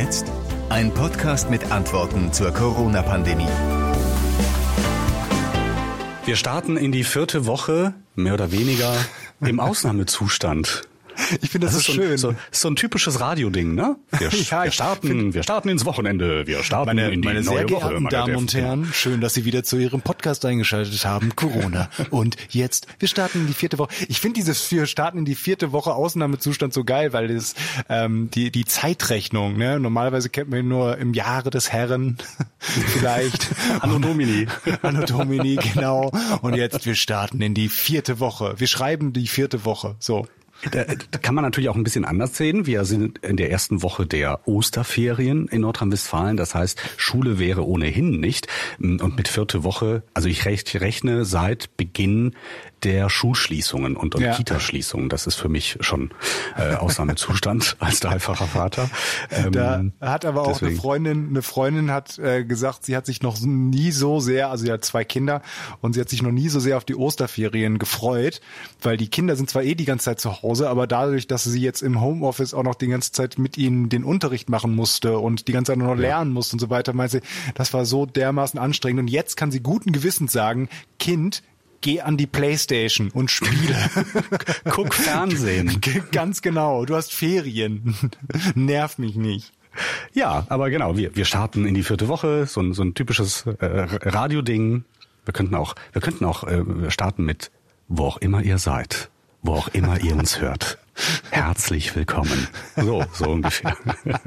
jetzt? Ein Podcast mit Antworten zur Corona-Pandemie. Wir starten in die 4. Woche, mehr oder weniger, im Ausnahmezustand. Ich finde das so schön. So ein typisches Radioding, ne? Wir starten ins Wochenende, wir starten in die meine neue sehr Woche. geehrten Damen und Herren, schön, dass Sie wieder zu Ihrem Podcast eingeschaltet haben, Corona. Und jetzt, wir starten in die 4. Woche. Ich finde wir starten in die 4. Woche Ausnahmezustand so geil, weil das die Zeitrechnung, ne? Normalerweise kennt man ihn nur im Jahre des Herren, vielleicht. Anno Domini. Anno Domini, genau. Und jetzt, wir starten in die 4. Woche. Wir schreiben die 4. Woche, so. Da kann man natürlich auch ein bisschen anders sehen. Wir sind in der ersten Woche der Osterferien in Nordrhein-Westfalen. Das heißt, Schule wäre ohnehin nicht. Und mit 4. Woche, also ich rechne seit Beginn der Schulschließungen und Kitaschließungen. Das ist für mich schon Ausnahmezustand als dreifacher Vater. Da hat aber auch deswegen. eine Freundin hat gesagt, sie hat sich noch nie so sehr, also sie hat 2 Kinder und sie hat sich noch nie so sehr auf die Osterferien gefreut, weil die Kinder sind zwar die ganze Zeit zu Hause, aber dadurch, dass sie jetzt im Homeoffice auch noch die ganze Zeit mit ihnen den Unterricht machen musste und die ganze Zeit nur noch lernen musste und so weiter, meinte sie, das war so dermaßen anstrengend und jetzt kann sie guten Gewissens sagen, Kind, geh an die Playstation und spiele. Guck Fernsehen. Ganz genau, du hast Ferien. Nerv mich nicht. Ja, aber genau, wir starten in die 4. Woche, so ein typisches Radioding. Wir könnten auch starten mit wo auch immer ihr seid, wo auch immer ihr uns hört. Herzlich willkommen. So ungefähr.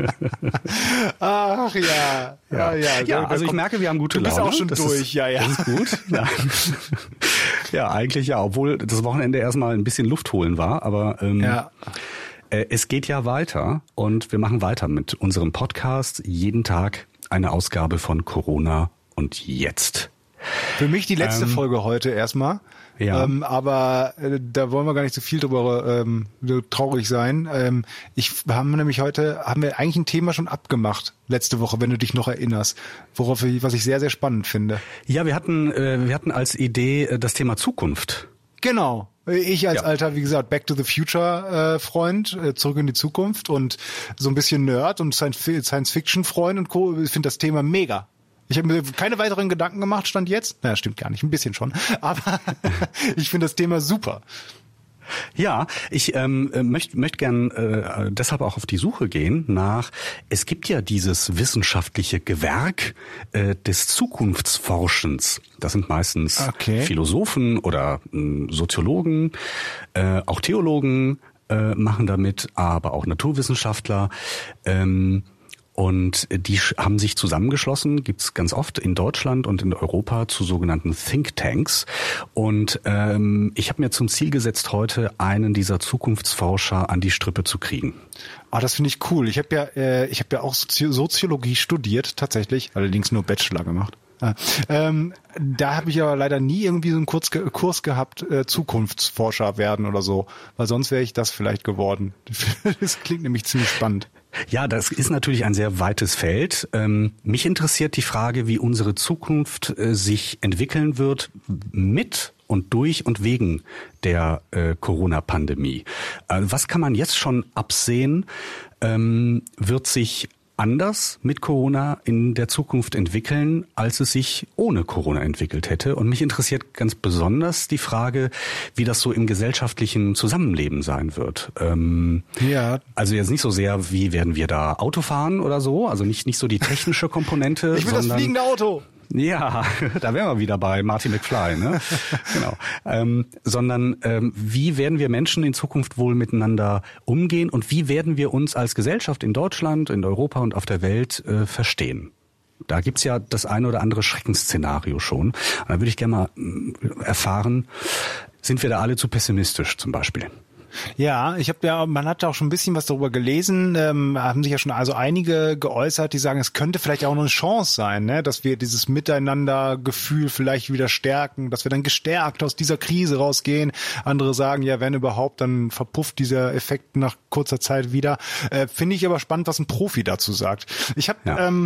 Ach ja. Ja, also ich merke, wir haben gute Laune. Du bist auch schon durch, ja. Das ist gut. Ja. Ja, eigentlich ja, obwohl das Wochenende erstmal ein bisschen Luft holen war, aber es geht ja weiter und wir machen weiter mit unserem Podcast. Jeden Tag eine Ausgabe von Corona und jetzt. Für mich die letzte Folge heute erstmal. Ja. Aber da wollen wir gar nicht so viel drüber traurig sein. Haben wir eigentlich ein Thema schon abgemacht letzte Woche, wenn du dich noch erinnerst, was ich sehr, sehr spannend finde. Ja, wir hatten als Idee das Thema Zukunft. Genau. Ich als alter, wie gesagt, Back to the Future Freund, zurück in die Zukunft und so ein bisschen Nerd und Science-Fiction-Freund und Co. Ich finde das Thema mega. Ich habe mir keine weiteren Gedanken gemacht, Stand jetzt. Naja, stimmt gar nicht, ein bisschen schon. Aber ich finde das Thema super. Ja, ich möchte gern deshalb auch auf die Suche gehen nach, es gibt ja dieses wissenschaftliche Gewerk des Zukunftsforschens. Das sind meistens Philosophen oder Soziologen, auch Theologen machen damit, aber auch Naturwissenschaftler. Und die haben sich zusammengeschlossen, gibt's ganz oft in Deutschland und in Europa zu sogenannten Thinktanks. Und ich habe mir zum Ziel gesetzt, heute einen dieser Zukunftsforscher an die Strippe zu kriegen. Ah, das finde ich cool. Ich habe ja auch Soziologie studiert, tatsächlich, allerdings nur Bachelor gemacht. Da habe ich aber leider nie irgendwie so einen Kurs gehabt, Zukunftsforscher werden oder so, weil sonst wäre ich das vielleicht geworden. Das klingt nämlich ziemlich spannend. Ja, das ist natürlich ein sehr weites Feld. Mich interessiert die Frage, wie unsere Zukunft sich entwickeln wird mit und durch und wegen der Corona-Pandemie. Was kann man jetzt schon absehen? Wird sich anders mit Corona in der Zukunft entwickeln, als es sich ohne Corona entwickelt hätte. Und mich interessiert ganz besonders die Frage, wie das so im gesellschaftlichen Zusammenleben sein wird. Also jetzt nicht so sehr, wie werden wir da Auto fahren oder so, also nicht so die technische Komponente. Ich will das fliegende Auto. Ja, da wären wir wieder bei Marty McFly, ne? Genau. Sondern wie werden wir Menschen in Zukunft wohl miteinander umgehen und wie werden wir uns als Gesellschaft in Deutschland, in Europa und auf der Welt verstehen? Da gibt's ja das eine oder andere Schreckensszenario schon. Und da würde ich gerne mal erfahren, sind wir da alle zu pessimistisch zum Beispiel? Ja, man hat auch schon ein bisschen was darüber gelesen, haben sich ja schon also einige geäußert, die sagen, es könnte vielleicht auch noch eine Chance sein, ne, dass wir dieses Miteinander-Gefühl vielleicht wieder stärken, dass wir dann gestärkt aus dieser Krise rausgehen. Andere sagen, ja, wenn überhaupt, dann verpufft dieser Effekt nach kurzer Zeit wieder. Finde ich aber spannend, was ein Profi dazu sagt. Ich habe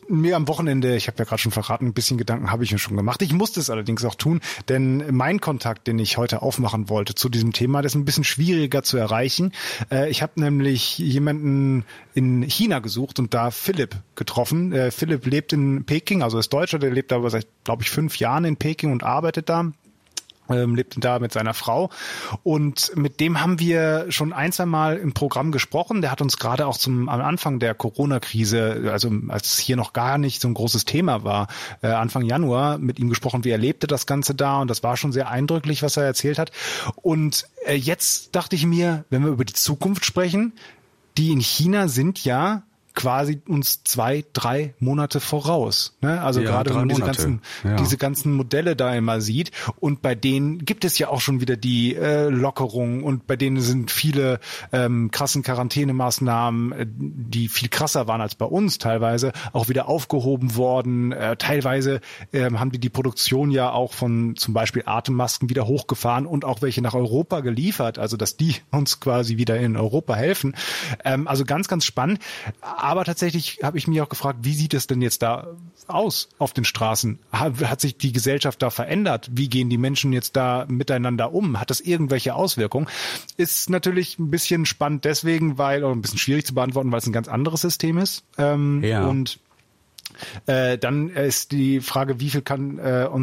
mir am Wochenende, ich habe ja gerade schon verraten, ein bisschen Gedanken habe ich mir schon gemacht. Ich musste es allerdings auch tun, denn mein Kontakt, den ich heute aufmachen wollte zu diesem Thema, das ist ein bisschen schwieriger zu erreichen. Ich habe nämlich jemanden in China gesucht und da Philipp getroffen. Philipp lebt in Peking, also ist Deutscher, der lebt aber seit, glaube ich, 5 Jahren in Peking und arbeitet da. Lebt da mit seiner Frau und mit dem haben wir schon 1-2 Mal im Programm gesprochen. Der hat uns gerade auch am Anfang der Corona-Krise, also als hier noch gar nicht so ein großes Thema war, Anfang Januar mit ihm gesprochen, wie erlebte das Ganze da und das war schon sehr eindrücklich, was er erzählt hat. Und jetzt dachte ich mir, wenn wir über die Zukunft sprechen, die in China sind ja quasi uns 2-3 Monate voraus. Ne? Also ja, gerade wenn man diese ganzen Modelle da immer sieht. Und bei denen gibt es ja auch schon wieder die Lockerungen und bei denen sind viele krassen Quarantänemaßnahmen, die viel krasser waren als bei uns teilweise, auch wieder aufgehoben worden. Teilweise haben die Produktion ja auch von zum Beispiel Atemmasken wieder hochgefahren und auch welche nach Europa geliefert, also dass die uns quasi wieder in Europa helfen. Also ganz, ganz spannend. Aber tatsächlich habe ich mich auch gefragt, wie sieht es denn jetzt da aus auf den Straßen? Hat sich die Gesellschaft da verändert? Wie gehen die Menschen jetzt da miteinander um? Hat das irgendwelche Auswirkungen? Ist natürlich ein bisschen spannend deswegen, oder ein bisschen schwierig zu beantworten, weil es ein ganz anderes System ist. Und dann ist die Frage, wie viel kann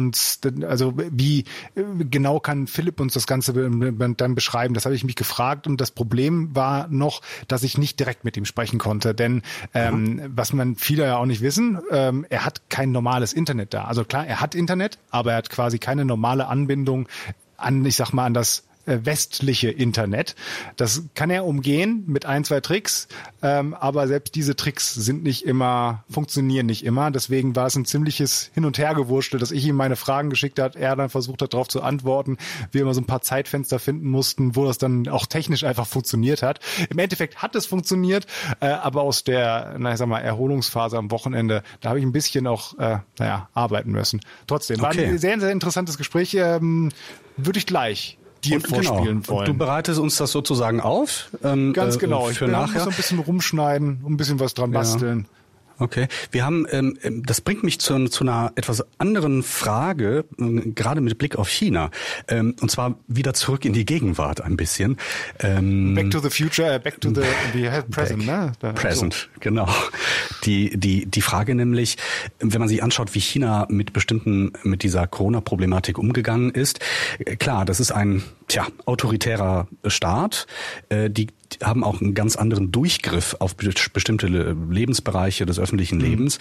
wie genau kann Philipp uns das Ganze dann beschreiben? Das habe ich mich gefragt und das Problem war noch, dass ich nicht direkt mit ihm sprechen konnte, denn was viele ja auch nicht wissen, er hat kein normales Internet da. Also klar, er hat Internet, aber er hat quasi keine normale Anbindung an das westliche Internet. Das kann er umgehen mit 1-2 Tricks, aber selbst diese Tricks funktionieren nicht immer. Deswegen war es ein ziemliches Hin- und Hergewurschtel, dass ich ihm meine Fragen geschickt habe, er dann versucht hat, darauf zu antworten, wir immer so ein paar Zeitfenster finden mussten, wo das dann auch technisch einfach funktioniert hat. Im Endeffekt hat es funktioniert, aber aus der, Erholungsphase am Wochenende, da habe ich ein bisschen auch, arbeiten müssen. Trotzdem, war ein sehr, sehr interessantes Gespräch, würde ich gleich dir vorspielen wollen. Und du bereitest uns das sozusagen auf? Ganz genau. Für nachher. Ich muss ein bisschen rumschneiden, ein bisschen was dran basteln. Okay. Wir haben, das bringt mich zu einer etwas anderen Frage, gerade mit Blick auf China. Und zwar wieder zurück in die Gegenwart ein bisschen. Back to the future, back to the present, ne? Present, genau. Die Frage nämlich, wenn man sich anschaut, wie China mit dieser Corona-Problematik umgegangen ist. Klar, das ist ein, autoritärer Staat. Die haben auch einen ganz anderen Durchgriff auf bestimmte Lebensbereiche des öffentlichen Lebens.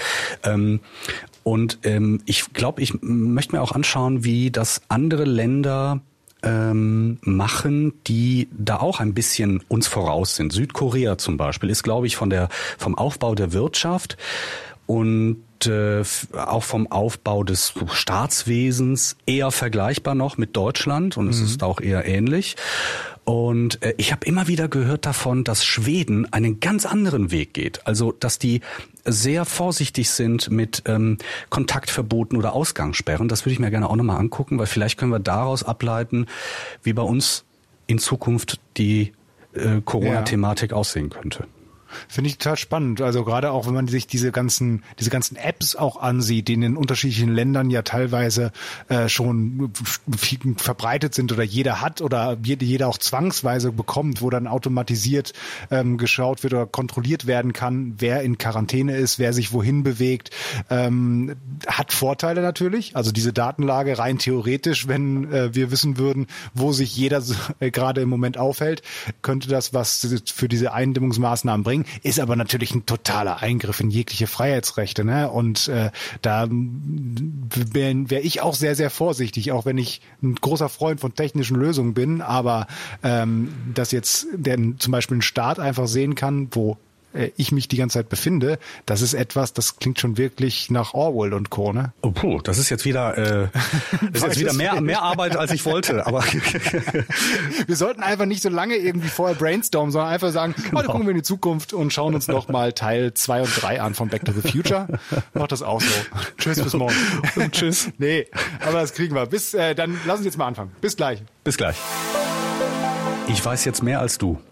Ich glaube, ich möchte mir auch anschauen, wie das andere Länder machen, die da auch ein bisschen uns voraus sind. Südkorea zum Beispiel ist, glaube ich, vom Aufbau der Wirtschaft und auch vom Aufbau des Staatswesens eher vergleichbar noch mit Deutschland und es ist auch eher ähnlich. Und ich habe immer wieder gehört davon, dass Schweden einen ganz anderen Weg geht. Also, dass die sehr vorsichtig sind mit Kontaktverboten oder Ausgangssperren. Das würde ich mir gerne auch nochmal angucken, weil vielleicht können wir daraus ableiten, wie bei uns in Zukunft die Corona-Thematik aussehen könnte. Finde ich total spannend. Also gerade auch, wenn man sich diese ganzen Apps auch ansieht, die in den unterschiedlichen Ländern ja teilweise schon verbreitet sind oder jeder hat oder jeder auch zwangsweise bekommt, wo dann automatisiert geschaut wird oder kontrolliert werden kann, wer in Quarantäne ist, wer sich wohin bewegt, hat Vorteile natürlich. Also diese Datenlage rein theoretisch, wenn wir wissen würden, wo sich jeder gerade im Moment aufhält, könnte das was für diese Eindämmungsmaßnahmen bringen. Ist aber natürlich ein totaler Eingriff in jegliche Freiheitsrechte, ne? Und da wäre ich auch sehr, sehr vorsichtig, auch wenn ich ein großer Freund von technischen Lösungen bin, aber dass jetzt zum Beispiel ein Staat einfach sehen kann, wo ich mich die ganze Zeit befinde, das ist etwas, das klingt schon wirklich nach Orwell und Co., ne? Oh, das ist jetzt wieder, mehr Arbeit, als ich wollte, aber. Wir sollten einfach nicht so lange irgendwie vorher brainstormen, sondern einfach sagen, heute gucken wir in die Zukunft und schauen uns noch mal Teil 2 und 3 an von Back to the Future. Mach das auch so. Tschüss, bis morgen. Tschüss. Nee, aber das kriegen wir. Dann lass uns jetzt mal anfangen. Bis gleich. Bis gleich. Ich weiß jetzt mehr als du.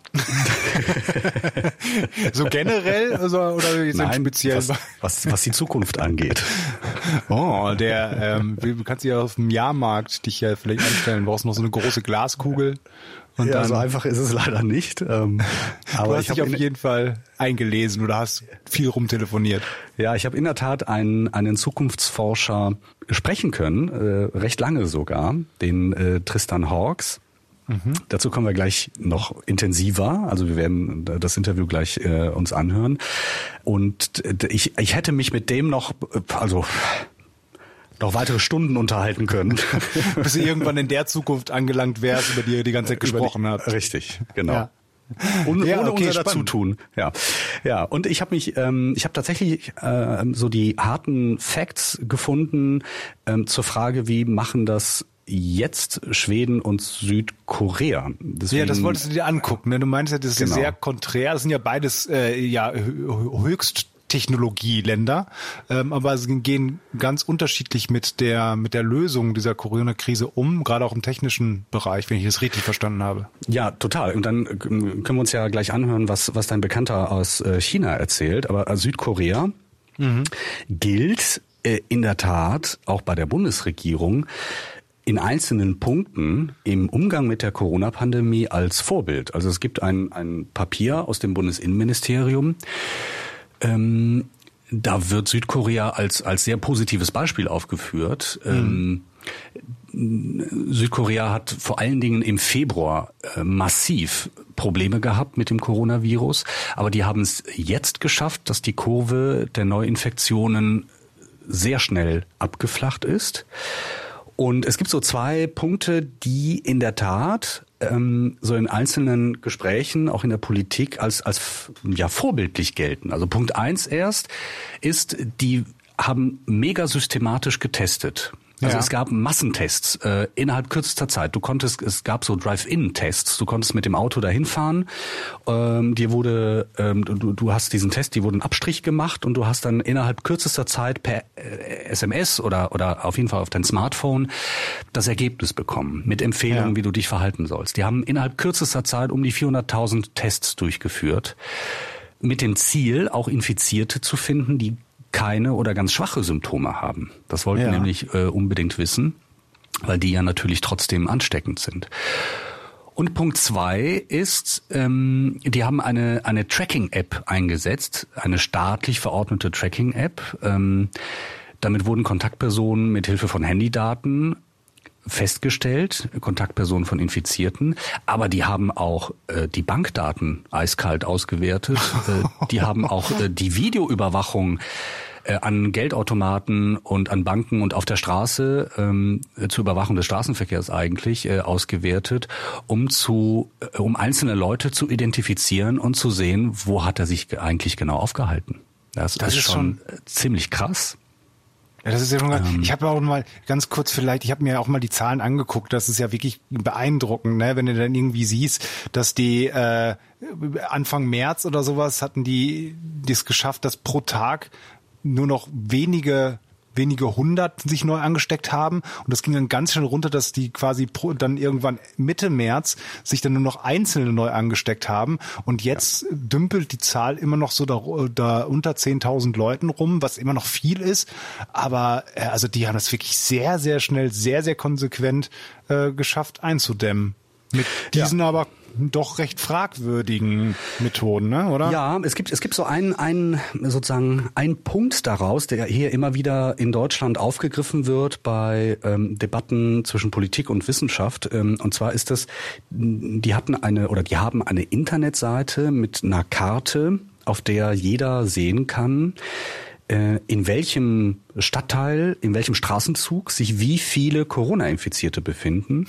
So generell oder jetzt Nein, speziell? Was die Zukunft angeht. Oh, du kannst ja auf dem Jahrmarkt dich ja vielleicht anstellen. Du brauchst noch so eine große Glaskugel. Und ja, dann, so einfach ist es leider nicht. Aber du hast dich auf jeden Fall eingelesen oder hast viel rumtelefoniert. Ja, ich habe in der Tat einen Zukunftsforscher sprechen können, recht lange sogar, den Tristan Hawkes. Dazu kommen wir gleich noch intensiver. Also wir werden das Interview gleich uns anhören. Und ich hätte mich mit dem noch weitere Stunden unterhalten können. Bis du irgendwann in der Zukunft angelangt wärst, über die ihr die ganze Zeit gesprochen habt. Richtig, genau. Ja. Ohne unser Dazutun. Ja. Und ich habe tatsächlich so die harten Facts gefunden zur Frage, wie machen das jetzt Schweden und Südkorea. Deswegen, ja, das wolltest du dir angucken. Ne? Du meinst ja, das ist genau. sehr konträr. Das sind ja beides Höchsttechnologieländer, aber sie gehen ganz unterschiedlich mit der Lösung dieser Corona-Krise um, gerade auch im technischen Bereich, wenn ich das richtig verstanden habe. Ja, total. Und dann können wir uns ja gleich anhören, was dein Bekannter aus China erzählt. Aber Südkorea gilt in der Tat auch bei der Bundesregierung in einzelnen Punkten im Umgang mit der Corona-Pandemie als Vorbild. Also es gibt ein Papier aus dem Bundesinnenministerium, da wird Südkorea als sehr positives Beispiel aufgeführt. Südkorea hat vor allen Dingen im Februar massiv Probleme gehabt mit dem Coronavirus, aber die haben es jetzt geschafft, dass die Kurve der Neuinfektionen sehr schnell abgeflacht ist. Und es gibt so 2 Punkte, die in der Tat so in einzelnen Gesprächen, auch in der Politik, als vorbildlich gelten. Also Punkt 1 ist, die haben mega systematisch getestet. Also es gab Massentests innerhalb kürzester Zeit. Es gab so Drive-In-Tests. Du konntest mit dem Auto dahin fahren. Du hast diesen Test, die wurden Abstrich gemacht und du hast dann innerhalb kürzester Zeit per SMS oder auf jeden Fall auf dein Smartphone das Ergebnis bekommen mit Empfehlungen, wie du dich verhalten sollst. Die haben innerhalb kürzester Zeit um die 400.000 Tests durchgeführt. Mit dem Ziel, auch Infizierte zu finden, die keine oder ganz schwache Symptome haben. Das wollten nämlich unbedingt wissen, weil die ja natürlich trotzdem ansteckend sind. Und Punkt 2 ist, die haben eine Tracking-App eingesetzt, eine staatlich verordnete Tracking-App. Damit wurden Kontaktpersonen mit Hilfe von Handydaten festgestellt, Kontaktpersonen von Infizierten, aber die haben auch die Bankdaten eiskalt ausgewertet. Die haben auch die Videoüberwachung an Geldautomaten und an Banken und auf der Straße zur Überwachung des Straßenverkehrs eigentlich ausgewertet, um einzelne Leute zu identifizieren und zu sehen, wo hat er sich eigentlich genau aufgehalten. Das ist schon ziemlich krass. Ja, das ist ja schon ich habe auch mal ganz kurz ich habe mir auch mal die Zahlen angeguckt, das ist ja wirklich beeindruckend, ne, wenn du dann irgendwie siehst, dass die Anfang März oder sowas hatten die es geschafft, dass pro Tag nur noch wenige 100 sich neu angesteckt haben und das ging dann ganz schnell runter, dass die quasi dann irgendwann Mitte März sich dann nur noch Einzelne neu angesteckt haben und jetzt dümpelt die Zahl immer noch so da unter 10.000 Leuten rum, was immer noch viel ist, aber also die haben das wirklich sehr, sehr schnell, sehr, sehr konsequent geschafft einzudämmen. Mit diesen aber doch recht fragwürdigen Methoden, ne, oder? Ja, es gibt so einen Punkt daraus, der hier immer wieder in Deutschland aufgegriffen wird bei Debatten zwischen Politik und Wissenschaft. Und zwar ist das, die haben eine Internetseite mit einer Karte, auf der jeder sehen kann, in welchem Stadtteil, in welchem Straßenzug sich wie viele Corona-Infizierte befinden.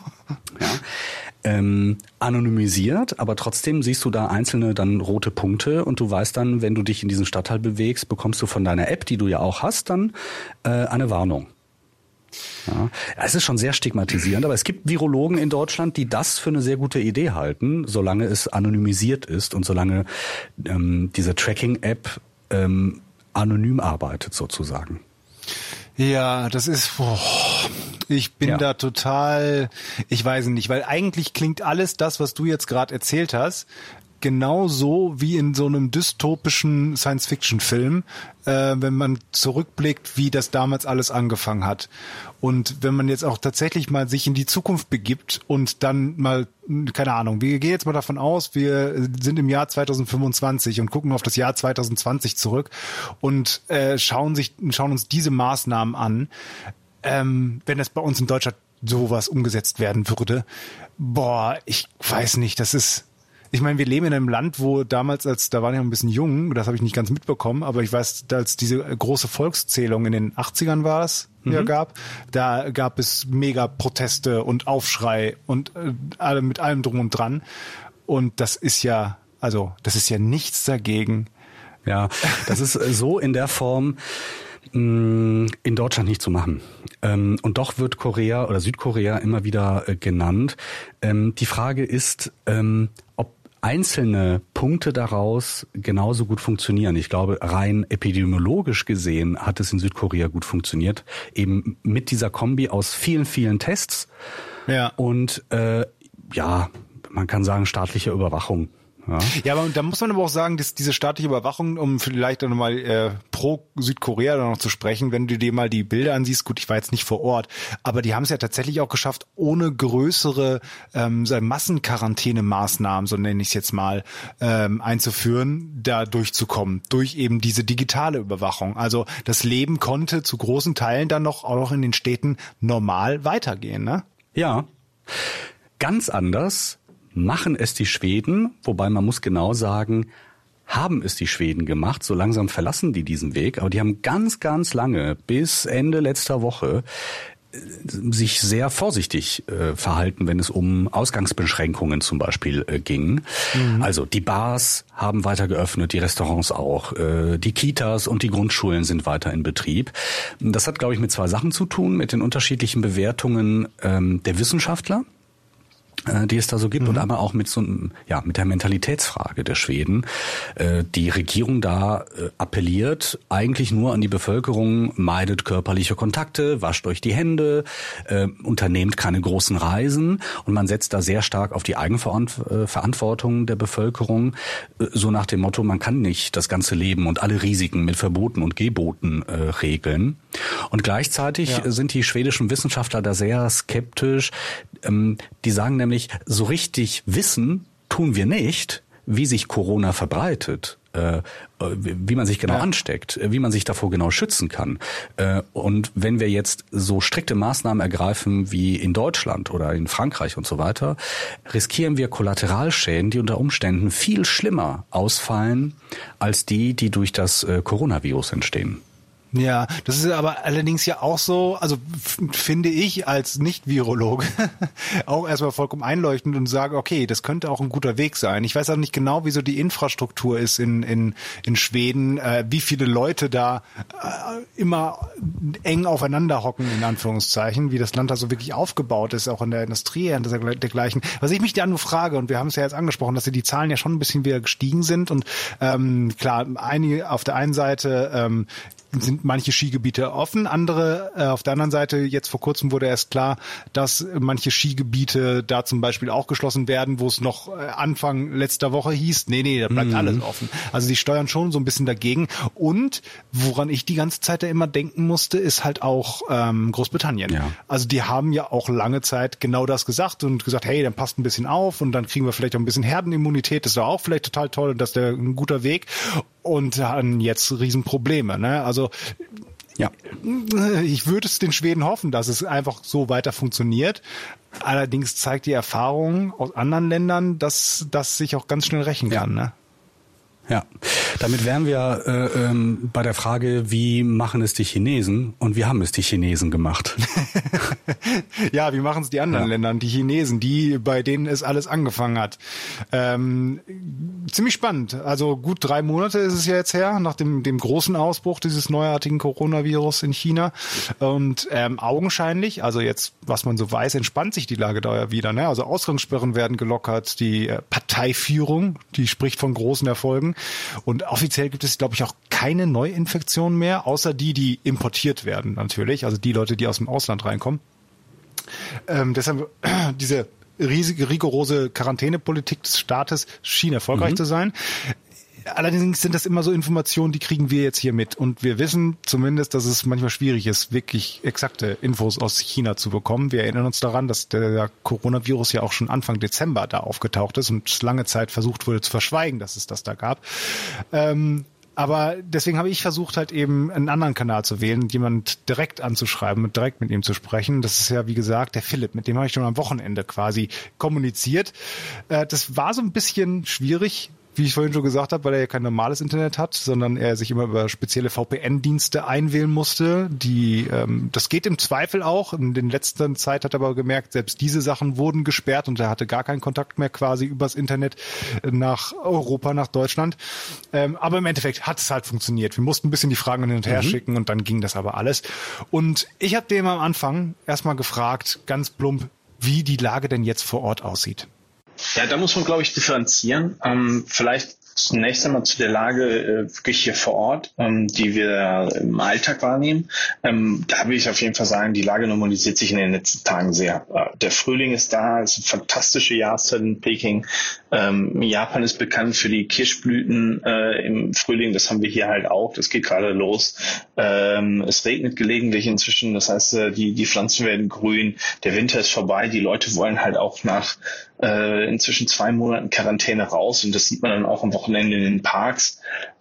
Anonymisiert, aber trotzdem siehst du da einzelne dann rote Punkte und du weißt dann, wenn du dich in diesem Stadtteil bewegst, bekommst du von deiner App, die du ja auch hast, dann eine Warnung. Ja, es ist schon sehr stigmatisierend, aber es gibt Virologen in Deutschland, die das für eine sehr gute Idee halten, solange es anonymisiert ist und solange diese Tracking-App anonym arbeitet sozusagen. Ja, das ist, Ich bin da total, ich weiß nicht, weil eigentlich klingt alles das, was du jetzt gerade erzählt hast, genauso wie in so einem dystopischen Science-Fiction-Film, wenn man zurückblickt, wie das damals alles angefangen hat. Und wenn man jetzt auch tatsächlich mal sich in die Zukunft begibt und dann mal, keine Ahnung, wir gehen jetzt mal davon aus, wir sind im Jahr 2025 und gucken auf das Jahr 2020 zurück und schauen uns diese Maßnahmen an. Wenn es bei uns in Deutschland sowas umgesetzt werden würde, ich weiß nicht, ich meine, wir leben in einem Land, wo damals, da waren wir ein bisschen jung, das habe ich nicht ganz mitbekommen, aber ich weiß, als diese große Volkszählung in den 80ern war es, gab, da gab es mega Proteste und Aufschrei und alle mit allem drum und dran. Und das ist ja nichts dagegen. Ja, das ist so in der Form in Deutschland nicht zu machen. Und doch wird Korea oder Südkorea immer wieder genannt. Die Frage ist, ob einzelne Punkte daraus genauso gut funktionieren. Ich glaube, rein epidemiologisch gesehen hat es in Südkorea gut funktioniert. Eben mit dieser Kombi aus vielen, vielen Tests. Ja. Und man kann sagen, staatliche Überwachung. Ja, aber da muss man aber auch sagen, dass diese staatliche Überwachung, um vielleicht dann mal pro Südkorea noch zu sprechen, wenn du dir mal die Bilder ansiehst, gut, ich war jetzt nicht vor Ort, aber die haben es ja tatsächlich auch geschafft, ohne größere Massenquarantäne-Maßnahmen, so nenne ich es jetzt mal, einzuführen, da durchzukommen, durch eben diese digitale Überwachung. Also das Leben konnte zu großen Teilen dann auch noch in den Städten normal weitergehen, ne? Ja, ganz anders machen es die Schweden, wobei man muss genau sagen, haben es die Schweden gemacht, so langsam verlassen die diesen Weg, aber die haben ganz, ganz lange, bis Ende letzter Woche, sich sehr vorsichtig verhalten, wenn es um Ausgangsbeschränkungen zum Beispiel ging. Mhm. Also die Bars haben weiter geöffnet, die Restaurants auch, die Kitas und die Grundschulen sind weiter in Betrieb. Das hat, glaube ich, mit zwei Sachen zu tun, mit den unterschiedlichen Bewertungen der Wissenschaftler, die es da so gibt, und einmal auch mit mit der Mentalitätsfrage der Schweden. Die Regierung da appelliert eigentlich nur an die Bevölkerung, meidet körperliche Kontakte, wascht euch die Hände, unternehmt keine großen Reisen, und man setzt da sehr stark auf die Eigenverantwortung der Bevölkerung, so nach dem Motto, man kann nicht das ganze Leben und alle Risiken mit Verboten und Geboten regeln. Und gleichzeitig sind die schwedischen Wissenschaftler da sehr skeptisch. Die sagen nämlich, so richtig wissen tun wir nicht, wie sich Corona verbreitet, wie man sich genau ansteckt, wie man sich davor genau schützen kann. Und wenn wir jetzt so strikte Maßnahmen ergreifen wie in Deutschland oder in Frankreich und so weiter, riskieren wir Kollateralschäden, die unter Umständen viel schlimmer ausfallen als die durch das Coronavirus entstehen. Ja, das ist aber allerdings ja auch so, also finde ich als Nicht-Virologe auch erstmal vollkommen einleuchtend und sage, okay, das könnte auch ein guter Weg sein. Ich weiß auch nicht genau, wie so die Infrastruktur ist in Schweden, wie viele Leute da immer eng aufeinander hocken, in Anführungszeichen, wie das Land da so wirklich aufgebaut ist, auch in der Industrie und dergleichen. Was ich mich da nur frage, und wir haben es ja jetzt angesprochen, dass die Zahlen ja schon ein bisschen wieder gestiegen sind, und klar, einige auf der einen Seite sind manche Skigebiete offen, andere auf der anderen Seite, jetzt vor kurzem wurde erst klar, dass manche Skigebiete da zum Beispiel auch geschlossen werden, wo es noch Anfang letzter Woche hieß, nee, da bleibt alles offen. Also die steuern schon so ein bisschen dagegen, und woran ich die ganze Zeit da immer denken musste, ist halt auch Großbritannien. Ja. Also die haben ja auch lange Zeit genau das gesagt und gesagt, hey, dann passt ein bisschen auf und dann kriegen wir vielleicht auch ein bisschen Herdenimmunität, das war auch vielleicht total toll und das ist ein guter Weg. Und haben jetzt Riesenprobleme, ne? Also ich würde es den Schweden hoffen, dass es einfach so weiter funktioniert. Allerdings zeigt die Erfahrung aus anderen Ländern, dass das sich auch ganz schnell rächen kann, ne? Ja, damit wären wir bei der Frage, wie machen es die Chinesen, und wie haben es die Chinesen gemacht? Ja, wie machen es die anderen Länder, die Chinesen, bei denen es alles angefangen hat. Ziemlich spannend. Also gut 3 Monate ist es ja jetzt her, nach dem großen Ausbruch dieses neuartigen Coronavirus in China. Und augenscheinlich, also jetzt, was man so weiß, entspannt sich die Lage da ja wieder, ne? Also Ausgangssperren werden gelockert, die Parteiführung, die spricht von großen Erfolgen. Und offiziell gibt es, glaube ich, auch keine Neuinfektionen mehr, außer die importiert werden natürlich, also die Leute, die aus dem Ausland reinkommen. Deshalb diese riesige, rigorose Quarantänepolitik des Staates schien erfolgreich zu sein. Allerdings sind das immer so Informationen, die kriegen wir jetzt hier mit. Und wir wissen zumindest, dass es manchmal schwierig ist, wirklich exakte Infos aus China zu bekommen. Wir erinnern uns daran, dass der Coronavirus ja auch schon Anfang Dezember da aufgetaucht ist und lange Zeit versucht wurde zu verschweigen, dass es das da gab. Aber deswegen habe ich versucht, halt eben einen anderen Kanal zu wählen, jemand direkt anzuschreiben und direkt mit ihm zu sprechen. Das ist ja, wie gesagt, der Philipp, mit dem habe ich schon am Wochenende quasi kommuniziert. Das war so ein bisschen schwierig, wie ich vorhin schon gesagt habe, weil er ja kein normales Internet hat, sondern er sich immer über spezielle VPN-Dienste einwählen musste. Das geht im Zweifel auch. In der letzten Zeit hat er aber gemerkt, selbst diese Sachen wurden gesperrt und er hatte gar keinen Kontakt mehr quasi übers Internet nach Europa, nach Deutschland. Aber im Endeffekt hat es halt funktioniert. Wir mussten ein bisschen die Fragen hin und her schicken und dann ging das aber alles. Und ich habe dem am Anfang erstmal gefragt, ganz plump, wie die Lage denn jetzt vor Ort aussieht. Ja, da muss man, glaube ich, differenzieren. Vielleicht zunächst einmal zu der Lage wirklich hier vor Ort, die wir im Alltag wahrnehmen. Da will ich auf jeden Fall sagen, die Lage normalisiert sich in den letzten Tagen sehr. Der Frühling ist da, es ist eine fantastische Jahreszeit in Peking. Japan ist bekannt für die Kirschblüten im Frühling, das haben wir hier halt auch, das geht gerade los. Es regnet gelegentlich inzwischen, das heißt, die Pflanzen werden grün, der Winter ist vorbei, die Leute wollen halt auch nach inzwischen 2 Monaten Quarantäne raus und das sieht man dann auch am Wochenende in den Parks.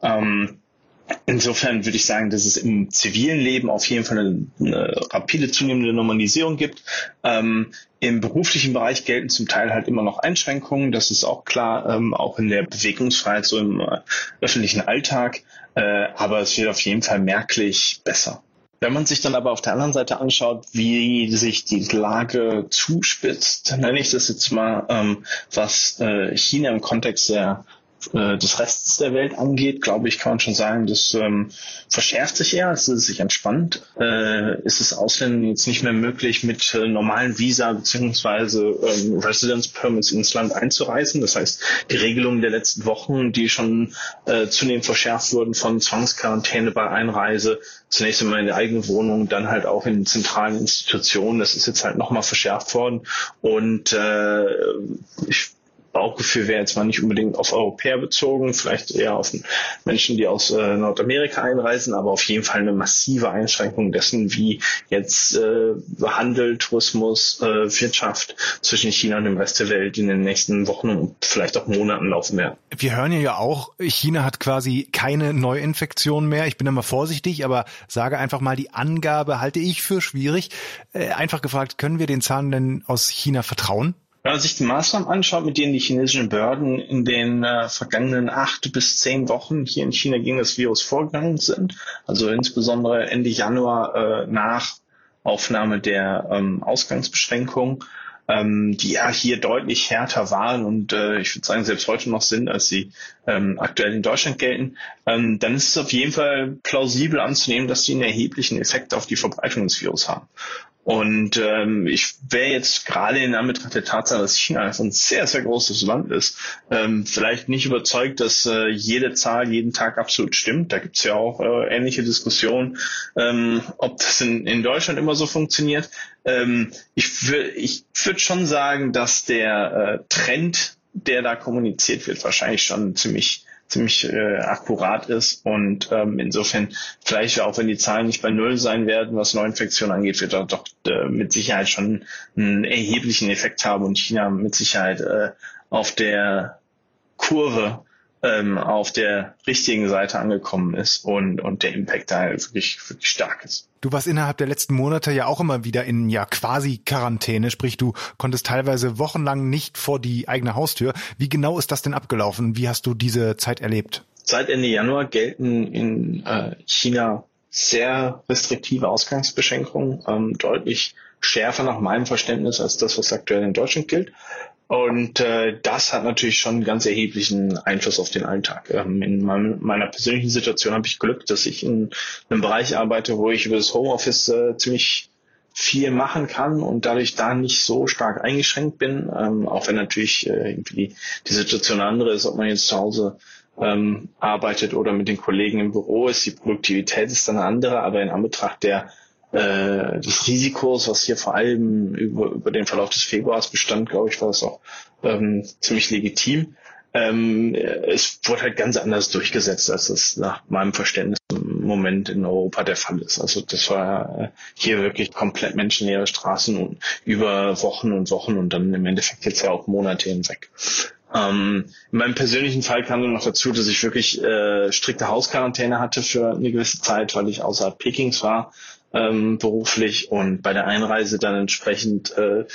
Insofern würde ich sagen, dass es im zivilen Leben auf jeden Fall eine rapide zunehmende Normalisierung gibt. Im beruflichen Bereich gelten zum Teil halt immer noch Einschränkungen, das ist auch klar, auch in der Bewegungsfreiheit, so im öffentlichen Alltag, aber es wird auf jeden Fall merklich besser. Wenn man sich dann aber auf der anderen Seite anschaut, wie sich die Lage zuspitzt, nenne ich das jetzt mal, was China im Kontext des Restes der Welt angeht, glaube ich, kann man schon sagen, das verschärft sich eher, es ist sich entspannt. Ist es Ausländern jetzt nicht mehr möglich, mit normalen Visa bzw. Residence Permits ins Land einzureisen. Das heißt, die Regelungen der letzten Wochen, die schon zunehmend verschärft wurden von Zwangsquarantäne bei Einreise, zunächst einmal in der eigenen Wohnung, dann halt auch in zentralen Institutionen, das ist jetzt halt nochmal verschärft worden. Und Bauchgefühl wäre jetzt mal nicht unbedingt auf Europäer bezogen, vielleicht eher auf Menschen, die aus Nordamerika einreisen, aber auf jeden Fall eine massive Einschränkung dessen, wie jetzt Handel, Tourismus, Wirtschaft zwischen China und dem Rest der Welt in den nächsten Wochen und vielleicht auch Monaten laufen werden. Wir hören ja auch, China hat quasi keine Neuinfektion mehr. Ich bin da mal vorsichtig, aber sage einfach mal, die Angabe halte ich für schwierig. Einfach gefragt, können wir den Zahlen denn aus China vertrauen? Wenn man sich die Maßnahmen anschaut, mit denen die chinesischen Behörden in den vergangenen 8 bis 10 Wochen hier in China gegen das Virus vorgegangen sind, also insbesondere Ende Januar nach Aufnahme der Ausgangsbeschränkungen, die ja hier deutlich härter waren und ich würde sagen selbst heute noch sind, als sie aktuell in Deutschland gelten, dann ist es auf jeden Fall plausibel anzunehmen, dass die einen erheblichen Effekt auf die Verbreitung des Virus haben. Und ich wäre jetzt gerade in Anbetracht der Tatsache, dass China einfach ein sehr, sehr großes Land ist, vielleicht nicht überzeugt, dass jede Zahl jeden Tag absolut stimmt. Da gibt es ja auch ähnliche Diskussionen, ob das in Deutschland immer so funktioniert. Ich würde schon sagen, dass der Trend, der da kommuniziert wird, wahrscheinlich schon ziemlich akkurat ist und insofern vielleicht auch, wenn die Zahlen nicht bei 0 sein werden, was Neuinfektionen angeht, wird er doch mit Sicherheit schon einen erheblichen Effekt haben und China mit Sicherheit auf der Kurve auf der richtigen Seite angekommen ist und der Impact da wirklich, wirklich stark ist. Du warst innerhalb der letzten Monate ja auch immer wieder in quasi Quarantäne, sprich du konntest teilweise wochenlang nicht vor die eigene Haustür. Wie genau ist das denn abgelaufen? Wie hast du diese Zeit erlebt? Seit Ende Januar gelten in China sehr restriktive Ausgangsbeschränkungen, deutlich schärfer nach meinem Verständnis als das, was aktuell in Deutschland gilt. Und das hat natürlich schon einen ganz erheblichen Einfluss auf den Alltag. In meiner persönlichen Situation habe ich Glück, dass ich in einem Bereich arbeite, wo ich über das Homeoffice ziemlich viel machen kann und dadurch da nicht so stark eingeschränkt bin, auch wenn natürlich irgendwie die Situation andere ist, ob man jetzt zu Hause arbeitet oder mit den Kollegen im Büro ist. Die Produktivität ist dann eine andere, aber in Anbetracht der des Risikos, was hier vor allem über den Verlauf des Februars bestand, glaube ich, war das auch ziemlich legitim. Es wurde halt ganz anders durchgesetzt, als das nach meinem Verständnis im Moment in Europa der Fall ist. Also das war hier wirklich komplett menschenleere Straßen und über Wochen und Wochen und dann im Endeffekt jetzt ja auch Monate hinweg. In meinem persönlichen Fall kam dann noch dazu, dass ich wirklich strikte Hausquarantäne hatte für eine gewisse Zeit, weil ich außerhalb Pekings war, beruflich, und bei der Einreise dann entsprechend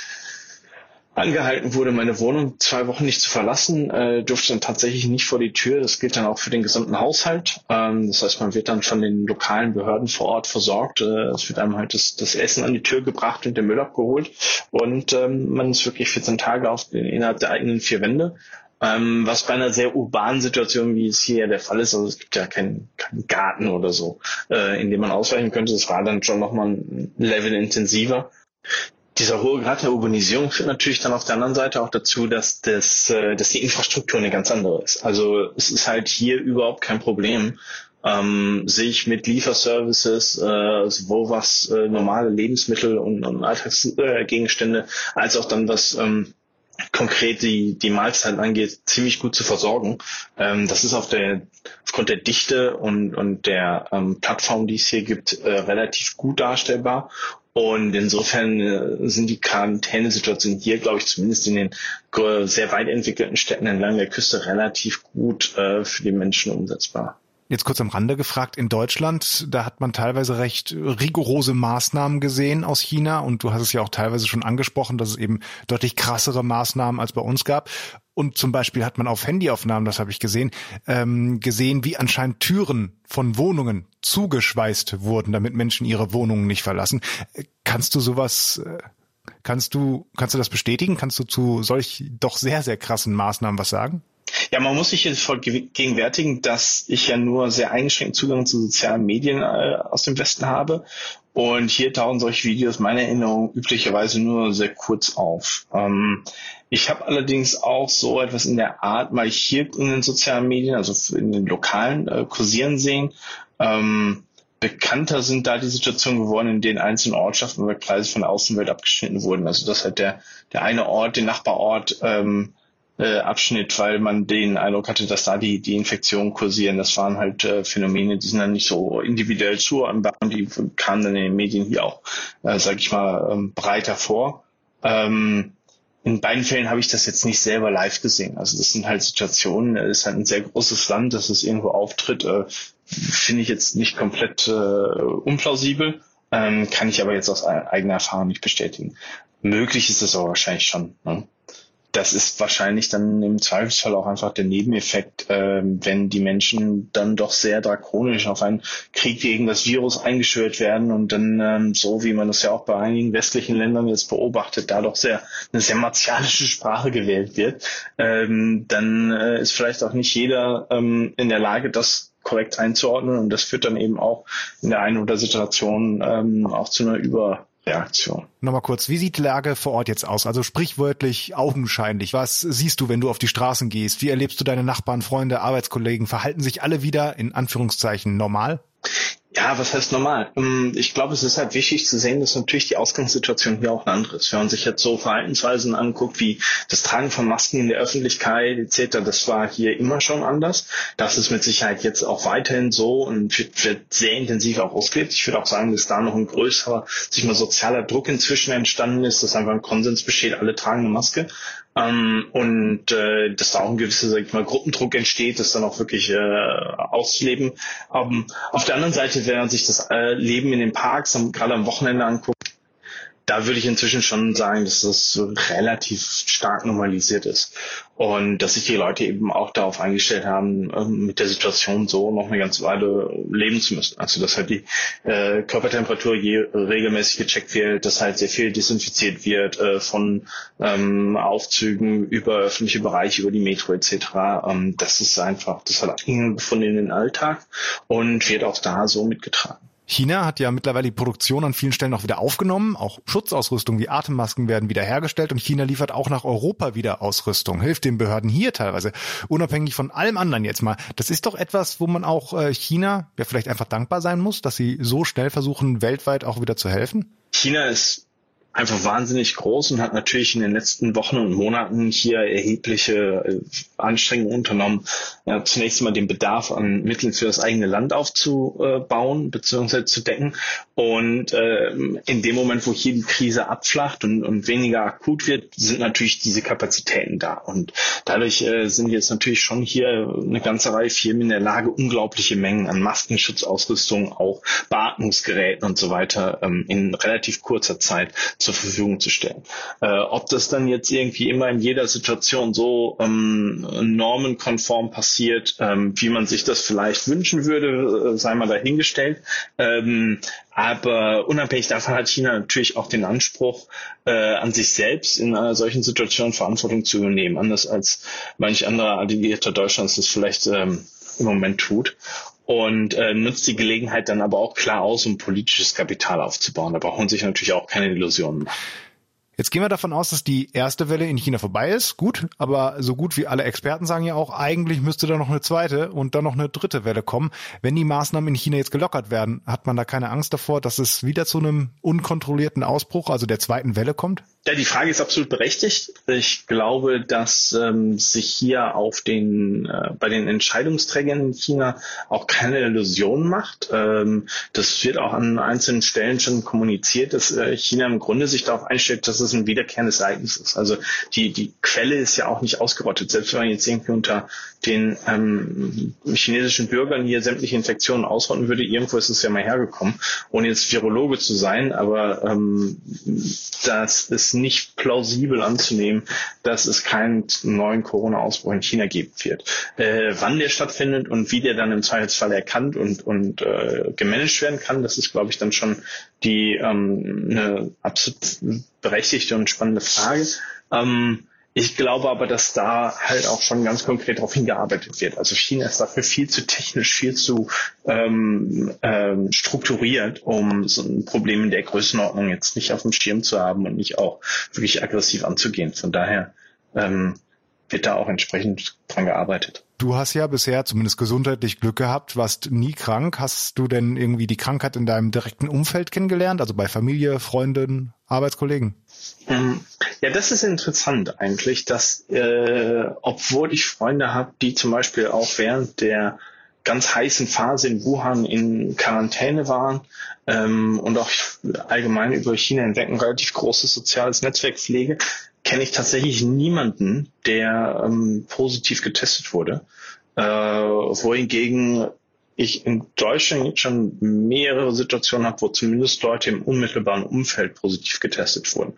angehalten wurde, meine Wohnung 2 Wochen nicht zu verlassen, durfte dann tatsächlich nicht vor die Tür. Das gilt dann auch für den gesamten Haushalt. Das heißt, man wird dann von den lokalen Behörden vor Ort versorgt. Es wird einem halt das Essen an die Tür gebracht und der Müll abgeholt. Und man ist wirklich 14 Tage innerhalb der eigenen 4 Wände. Was bei einer sehr urbanen Situation, wie es hier der Fall ist, also es gibt ja keinen Garten oder so, in dem man ausweichen könnte. Das war dann schon nochmal ein Level intensiver. Dieser hohe Grad der Urbanisierung führt natürlich dann auf der anderen Seite auch dazu, dass die Infrastruktur eine ganz andere ist. Also es ist halt hier überhaupt kein Problem, sich mit Lieferservices, sowohl was normale Lebensmittel und Alltagsgegenstände, als auch dann was konkret die Mahlzeiten angeht, ziemlich gut zu versorgen. Das ist aufgrund der Dichte und der Plattform, die es hier gibt, relativ gut darstellbar. Und insofern sind die Quarantänesituationen hier, glaube ich, zumindest in den sehr weit entwickelten Städten entlang der Küste relativ gut für die Menschen umsetzbar. Jetzt kurz am Rande gefragt, in Deutschland, da hat man teilweise recht rigorose Maßnahmen gesehen aus China, und du hast es ja auch teilweise schon angesprochen, dass es eben deutlich krassere Maßnahmen als bei uns gab. Und zum Beispiel hat man auf Handyaufnahmen, das habe ich gesehen, wie anscheinend Türen von Wohnungen zugeschweißt wurden, damit Menschen ihre Wohnungen nicht verlassen. Kannst du das bestätigen? Kannst du zu solch doch sehr, sehr krassen Maßnahmen was sagen? Ja, man muss sich jetzt vergegenwärtigen, dass ich ja nur sehr eingeschränkten Zugang zu sozialen Medien aus dem Westen habe. Und hier tauchen solche Videos meiner Erinnerung üblicherweise nur sehr kurz auf. Ich habe allerdings auch so etwas in der Art mal hier in den sozialen Medien, also in den lokalen, kursieren sehen. Bekannter sind da die Situationen geworden, in denen einzelne Ortschaften oder Kreise von der Außenwelt abgeschnitten wurden. Also dass halt der eine Ort, den Nachbarort abschnitt, weil man den Eindruck hatte, dass da die Infektionen kursieren. Das waren halt Phänomene, die sind dann nicht so individuell zuordnenbar, und die kamen dann in den Medien hier auch, sage ich mal, breiter vor. In beiden Fällen habe ich das jetzt nicht selber live gesehen. Also das sind halt Situationen, es ist halt ein sehr großes Land, dass es irgendwo auftritt, finde ich jetzt nicht komplett unplausibel, kann ich aber jetzt aus eigener Erfahrung nicht bestätigen. Möglich ist es aber wahrscheinlich schon, ne? Das ist wahrscheinlich dann im Zweifelsfall auch einfach der Nebeneffekt, wenn die Menschen dann doch sehr drakonisch auf einen Krieg gegen das Virus eingeschwört werden und dann, so wie man das ja auch bei einigen westlichen Ländern jetzt beobachtet, da doch eine sehr martialische Sprache gewählt wird, dann ist vielleicht auch nicht jeder in der Lage, das korrekt einzuordnen, und das führt dann eben auch in der einen oder anderen Situation auch zu einer Überreaktion. Nochmal kurz, wie sieht die Lage vor Ort jetzt aus? Also sprichwörtlich, augenscheinlich. Was siehst du, wenn du auf die Straßen gehst? Wie erlebst du deine Nachbarn, Freunde, Arbeitskollegen? Verhalten sich alle wieder in Anführungszeichen normal? Ja, was heißt normal? Ich glaube, es ist halt wichtig zu sehen, dass natürlich die Ausgangssituation hier auch eine andere ist. Wenn man sich jetzt so Verhaltensweisen anguckt, wie das Tragen von Masken in der Öffentlichkeit etc., das war hier immer schon anders. Das ist mit Sicherheit jetzt auch weiterhin so und wird sehr intensiv auch ausgelebt. Ich würde auch sagen, dass da noch ein größerer, sozialer Druck inzwischen entstanden ist, dass einfach ein Konsens besteht, alle tragen eine Maske. Und dass da auch ein gewisser, Gruppendruck entsteht, das dann auch wirklich auszuleben. Auf der anderen Seite, wenn man sich das Leben in den Parks gerade am Wochenende anguckt, da würde ich inzwischen schon sagen, dass das relativ stark normalisiert ist und dass sich die Leute eben auch darauf eingestellt haben, mit der Situation so noch eine ganze Weile leben zu müssen. Also dass halt die Körpertemperatur regelmäßig gecheckt wird, dass halt sehr viel desinfiziert wird von Aufzügen über öffentliche Bereiche, über die Metro etc. Das ist einfach, das hat Eingang gefunden in den Alltag und wird auch da so mitgetragen. China hat ja mittlerweile die Produktion an vielen Stellen auch wieder aufgenommen. Auch Schutzausrüstung wie Atemmasken werden wieder hergestellt und China liefert auch nach Europa wieder Ausrüstung, hilft den Behörden hier teilweise, unabhängig von allem anderen jetzt mal. Das ist doch etwas, wo man auch China ja vielleicht einfach dankbar sein muss, dass sie so schnell versuchen, weltweit auch wieder zu helfen? China ist einfach wahnsinnig groß und hat natürlich in den letzten Wochen und Monaten hier erhebliche Anstrengungen unternommen, ja, zunächst einmal den Bedarf an Mitteln für das eigene Land aufzubauen bzw. zu decken. Und in dem Moment, wo hier die Krise abflacht und weniger akut wird, sind natürlich diese Kapazitäten da. Und dadurch sind jetzt natürlich schon hier eine ganze Reihe Firmen in der Lage, unglaubliche Mengen an Maskenschutzausrüstung, auch Beatmungsgeräten und so weiter in relativ kurzer Zeit zur Verfügung zu stellen. Ob das dann jetzt irgendwie immer in jeder Situation so normenkonform passiert, wie man sich das vielleicht wünschen würde, sei mal dahingestellt. Aber unabhängig davon hat China natürlich auch den Anspruch, an sich selbst in einer solchen Situation Verantwortung zu übernehmen, anders als manch anderer Alliierter Deutschlands das vielleicht im Moment tut. Und nutzt die Gelegenheit dann aber auch klar aus, um politisches Kapital aufzubauen. Da braucht man sich natürlich auch keine Illusionen machen. Jetzt gehen wir davon aus, dass die erste Welle in China vorbei ist. Gut, aber so gut wie alle Experten sagen ja auch, eigentlich müsste da noch eine zweite und dann noch eine dritte Welle kommen. Wenn die Maßnahmen in China jetzt gelockert werden, hat man da keine Angst davor, dass es wieder zu einem unkontrollierten Ausbruch, also der zweiten Welle kommt? Ja, die Frage ist absolut berechtigt. Ich glaube, dass sich hier bei den Entscheidungsträgern in China auch keine Illusion macht. Das wird auch an einzelnen Stellen schon kommuniziert, dass China im Grunde sich darauf einstellt, dass es ein wiederkehrendes Ereignis ist. Also die Quelle ist ja auch nicht ausgerottet. Selbst wenn man jetzt irgendwie unter den chinesischen Bürgern hier sämtliche Infektionen ausrotten würde, irgendwo ist es ja mal hergekommen, ohne jetzt Virologe zu sein, aber das ist nicht plausibel anzunehmen, dass es keinen neuen Corona-Ausbruch in China geben wird. Wann der stattfindet und wie der dann im Zweifelsfall erkannt und gemanagt werden kann, das ist, glaube ich, dann schon eine absolut berechtigte und spannende Frage. Ich glaube aber, dass da halt auch schon ganz konkret darauf hingearbeitet wird. Also China ist dafür viel zu technisch, viel zu strukturiert, um so ein Problem in der Größenordnung jetzt nicht auf dem Schirm zu haben und nicht auch wirklich aggressiv anzugehen. Von daher wird da auch entsprechend dran gearbeitet. Du hast ja bisher zumindest gesundheitlich Glück gehabt, warst nie krank. Hast du denn irgendwie die Krankheit in deinem direkten Umfeld kennengelernt, also bei Familie, Freunden, Arbeitskollegen? Ja, das ist interessant eigentlich, dass obwohl ich Freunde habe, die zum Beispiel auch während der ganz heißen Phase in Wuhan in Quarantäne waren und auch allgemein über China hinweg ein relativ großes soziales Netzwerk pflege, kenne ich tatsächlich niemanden, der positiv getestet wurde, wohingegen ich in Deutschland jetzt schon mehrere Situationen habe, wo zumindest Leute im unmittelbaren Umfeld positiv getestet wurden.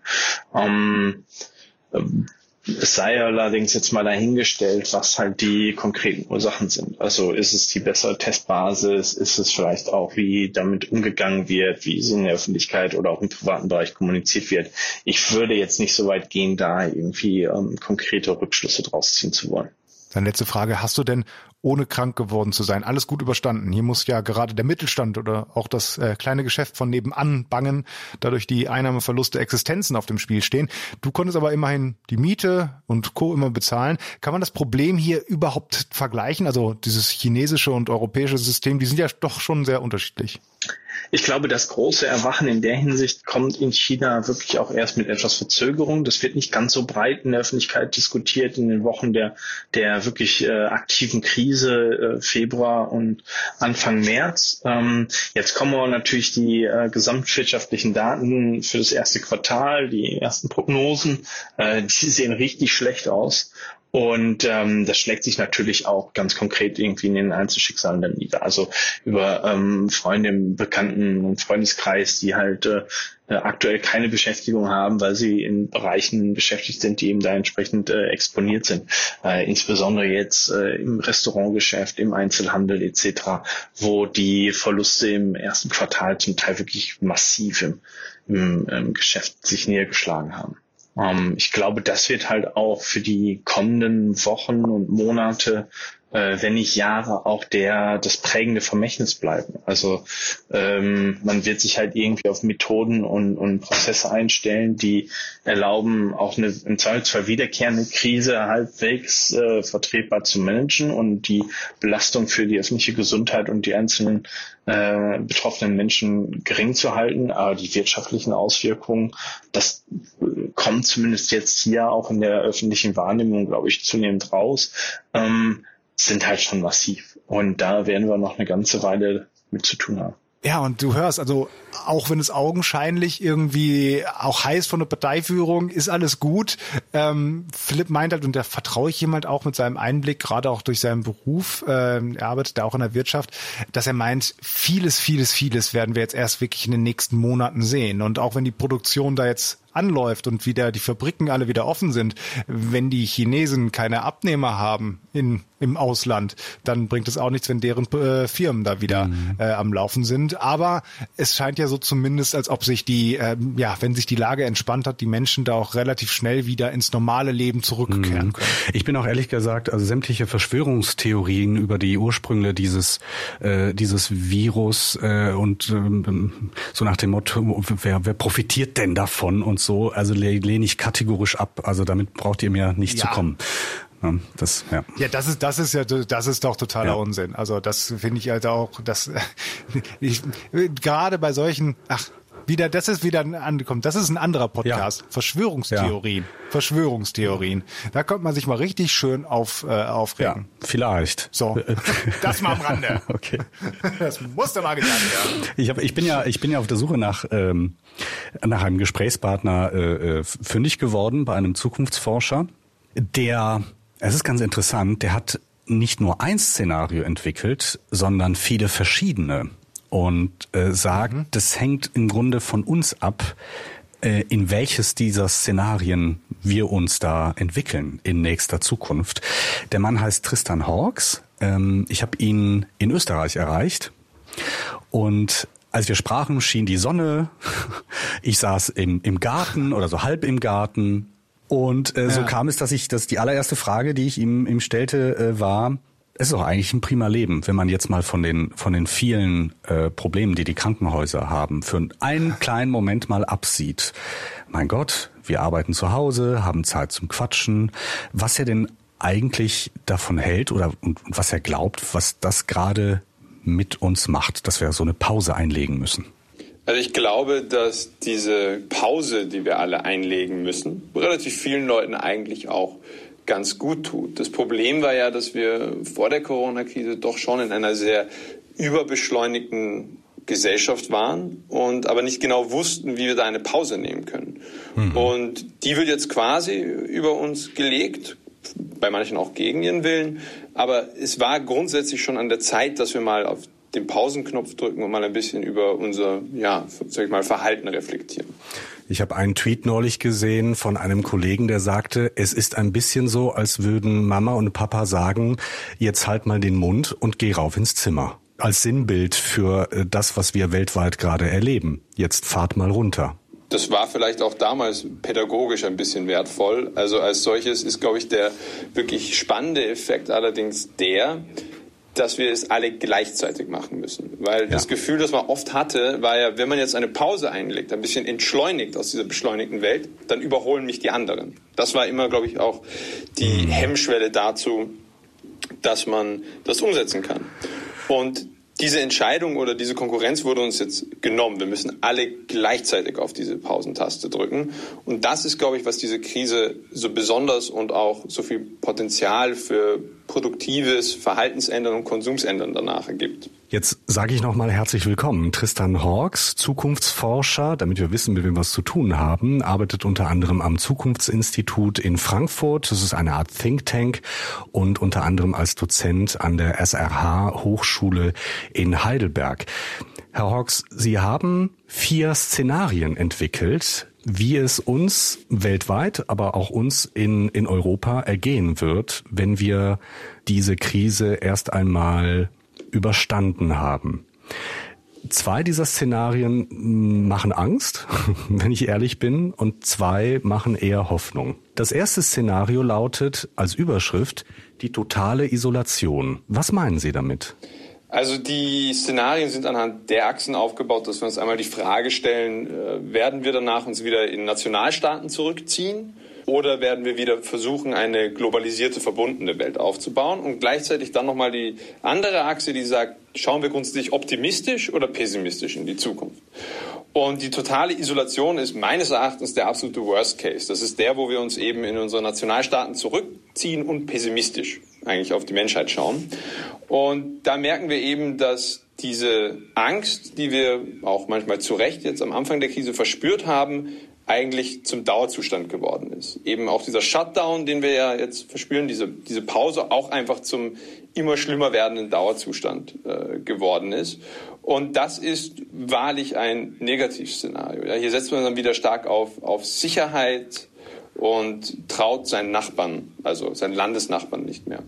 Es sei allerdings jetzt mal dahingestellt, was halt die konkreten Ursachen sind. Also ist es die bessere Testbasis, ist es vielleicht auch, wie damit umgegangen wird, wie es in der Öffentlichkeit oder auch im privaten Bereich kommuniziert wird. Ich würde jetzt nicht so weit gehen, da irgendwie konkrete Rückschlüsse draus ziehen zu wollen. Dann letzte Frage, hast du denn, ohne krank geworden zu sein, alles gut überstanden? Hier muss ja gerade der Mittelstand oder auch das kleine Geschäft von nebenan bangen, dadurch die Einnahmeverluste, Existenzen auf dem Spiel stehen. Du konntest aber immerhin die Miete und Co. immer bezahlen. Kann man das Problem hier überhaupt vergleichen? Also dieses chinesische und europäische System, die sind ja doch schon sehr unterschiedlich. Ich glaube, das große Erwachen in der Hinsicht kommt in China wirklich auch erst mit etwas Verzögerung. Das wird nicht ganz so breit in der Öffentlichkeit diskutiert in den Wochen der wirklich aktiven Krise, Februar und Anfang März. Jetzt kommen aber natürlich die gesamtwirtschaftlichen Daten für das erste Quartal, die ersten Prognosen, die sehen richtig schlecht aus. Und das schlägt sich natürlich auch ganz konkret irgendwie in den Einzelschicksalen dann nieder. Also über Freunde im Bekannten- und Freundeskreis, die halt aktuell keine Beschäftigung haben, weil sie in Bereichen beschäftigt sind, die eben da entsprechend exponiert sind. Insbesondere jetzt im Restaurantgeschäft, im Einzelhandel etc., wo die Verluste im ersten Quartal zum Teil wirklich massiv im Geschäft sich niedergeschlagen haben. Ich glaube, das wird halt auch für die kommenden Wochen und Monate wenn nicht Jahre, auch das prägende Vermächtnis bleiben. Also man wird sich halt irgendwie auf Methoden und Prozesse einstellen, die erlauben, auch eine im Zweifelsfall wiederkehrende Krise halbwegs vertretbar zu managen und die Belastung für die öffentliche Gesundheit und die einzelnen betroffenen Menschen gering zu halten. Aber die wirtschaftlichen Auswirkungen, das kommt zumindest jetzt hier auch in der öffentlichen Wahrnehmung, glaube ich, zunehmend raus, sind halt schon massiv. Und da werden wir noch eine ganze Weile mit zu tun haben. Ja, und du hörst, also auch wenn es augenscheinlich irgendwie auch heißt von der Parteiführung, ist alles gut. Philipp meint halt, und da vertraue ich ihm halt auch mit seinem Einblick, gerade auch durch seinen Beruf, er arbeitet da auch in der Wirtschaft, dass er meint, vieles werden wir jetzt erst wirklich in den nächsten Monaten sehen. Und auch wenn die Produktion da jetzt anläuft und wieder die Fabriken alle wieder offen sind, wenn die Chinesen keine Abnehmer haben im Ausland, dann bringt es auch nichts, wenn deren Firmen da wieder am Laufen sind. Aber es scheint ja so zumindest, als ob sich wenn sich die Lage entspannt hat, die Menschen da auch relativ schnell wieder ins normale Leben zurückkehren können. Ich bin auch ehrlich gesagt, also sämtliche Verschwörungstheorien über die Ursprünge dieses Virus und so nach dem Motto, wer profitiert denn davon und so, also lehne ich kategorisch ab. Also damit braucht ihr mir nicht zu kommen. Das ist doch totaler Unsinn. Also das finde ich halt auch, gerade bei solchen, das ist ein anderer Podcast. Ja. Verschwörungstheorien. Da kommt man sich mal richtig schön aufregen. Ja, vielleicht. So, das mal am Rande. Okay. Das musste mal gesagt werden. Ich bin ja auf der Suche nach einem Gesprächspartner fündig geworden bei einem Zukunftsforscher, es ist ganz interessant, der hat nicht nur ein Szenario entwickelt, sondern viele verschiedene. Und sagt, das hängt im Grunde von uns ab, in welches dieser Szenarien wir uns da entwickeln in nächster Zukunft. Der Mann heißt Tristan Hawks. Ich habe ihn in Österreich erreicht. Und als wir sprachen, schien die Sonne. Ich saß im Garten oder so halb im Garten. Und so kam es, dass die allererste Frage, die ich ihm stellte, war: Es ist doch eigentlich ein prima Leben, wenn man jetzt mal von den vielen Problemen, die Krankenhäuser haben, für einen kleinen Moment mal absieht. Mein Gott, wir arbeiten zu Hause, haben Zeit zum Quatschen. Was er denn eigentlich davon hält und was er glaubt, was das gerade mit uns macht, dass wir so eine Pause einlegen müssen. Also ich glaube, dass diese Pause, die wir alle einlegen müssen, relativ vielen Leuten eigentlich auch ganz gut tut. Das Problem war ja, dass wir vor der Corona-Krise doch schon in einer sehr überbeschleunigten Gesellschaft waren und aber nicht genau wussten, wie wir da eine Pause nehmen können. Und die wird jetzt quasi über uns gelegt, bei manchen auch gegen ihren Willen. Aber es war grundsätzlich schon an der Zeit, dass wir mal auf den Pausenknopf drücken und mal ein bisschen über unser, Verhalten reflektieren. Ich habe einen Tweet neulich gesehen von einem Kollegen, der sagte, es ist ein bisschen so, als würden Mama und Papa sagen, jetzt halt mal den Mund und geh rauf ins Zimmer. Als Sinnbild für das, was wir weltweit gerade erleben. Jetzt fahrt mal runter. Das war vielleicht auch damals pädagogisch ein bisschen wertvoll. Also als solches ist, glaube ich, der wirklich spannende Effekt allerdings dass wir es alle gleichzeitig machen müssen. Weil das Gefühl, das man oft hatte, war ja, wenn man jetzt eine Pause einlegt, ein bisschen entschleunigt aus dieser beschleunigten Welt, dann überholen mich die anderen. Das war immer, glaube ich, auch die Hemmschwelle dazu, dass man das umsetzen kann. Und diese Entscheidung oder diese Konkurrenz wurde uns jetzt genommen. Wir müssen alle gleichzeitig auf diese Pausentaste drücken. Und das ist, glaube ich, was diese Krise so besonders und auch so viel Potenzial für produktives Verhaltensändern und Konsumsändern danach ergibt. Jetzt sage ich nochmal herzlich willkommen. Tristan Hawks, Zukunftsforscher, damit wir wissen, mit wem wir es zu tun haben, arbeitet unter anderem am Zukunftsinstitut in Frankfurt. Das ist eine Art Think Tank und unter anderem als Dozent an der SRH Hochschule in Heidelberg. Herr Hawks, Sie haben 4 Szenarien entwickelt, wie es uns weltweit, aber auch uns in Europa ergehen wird, wenn wir diese Krise erst einmal überstanden haben. 2 dieser Szenarien machen Angst, wenn ich ehrlich bin, und 2 machen eher Hoffnung. Das erste Szenario lautet als Überschrift die totale Isolation. Was meinen Sie damit? Also die Szenarien sind anhand der Achsen aufgebaut, dass wir uns einmal die Frage stellen, werden wir danach uns wieder in Nationalstaaten zurückziehen? Oder werden wir wieder versuchen, eine globalisierte, verbundene Welt aufzubauen? Und gleichzeitig dann nochmal die andere Achse, die sagt, schauen wir grundsätzlich optimistisch oder pessimistisch in die Zukunft? Und die totale Isolation ist meines Erachtens der absolute Worst Case. Das ist der, wo wir uns eben in unsere Nationalstaaten zurückziehen und pessimistisch eigentlich auf die Menschheit schauen. Und da merken wir eben, dass diese Angst, die wir auch manchmal zu Recht jetzt am Anfang der Krise verspürt haben, eigentlich zum Dauerzustand geworden ist. Eben auch dieser Shutdown, den wir ja jetzt verspüren, diese Pause auch einfach zum immer schlimmer werdenden Dauerzustand geworden ist. Und das ist wahrlich ein Negativszenario. Ja, hier setzt man dann wieder stark auf Sicherheit und traut seinen Nachbarn, also seinen Landesnachbarn nicht mehr.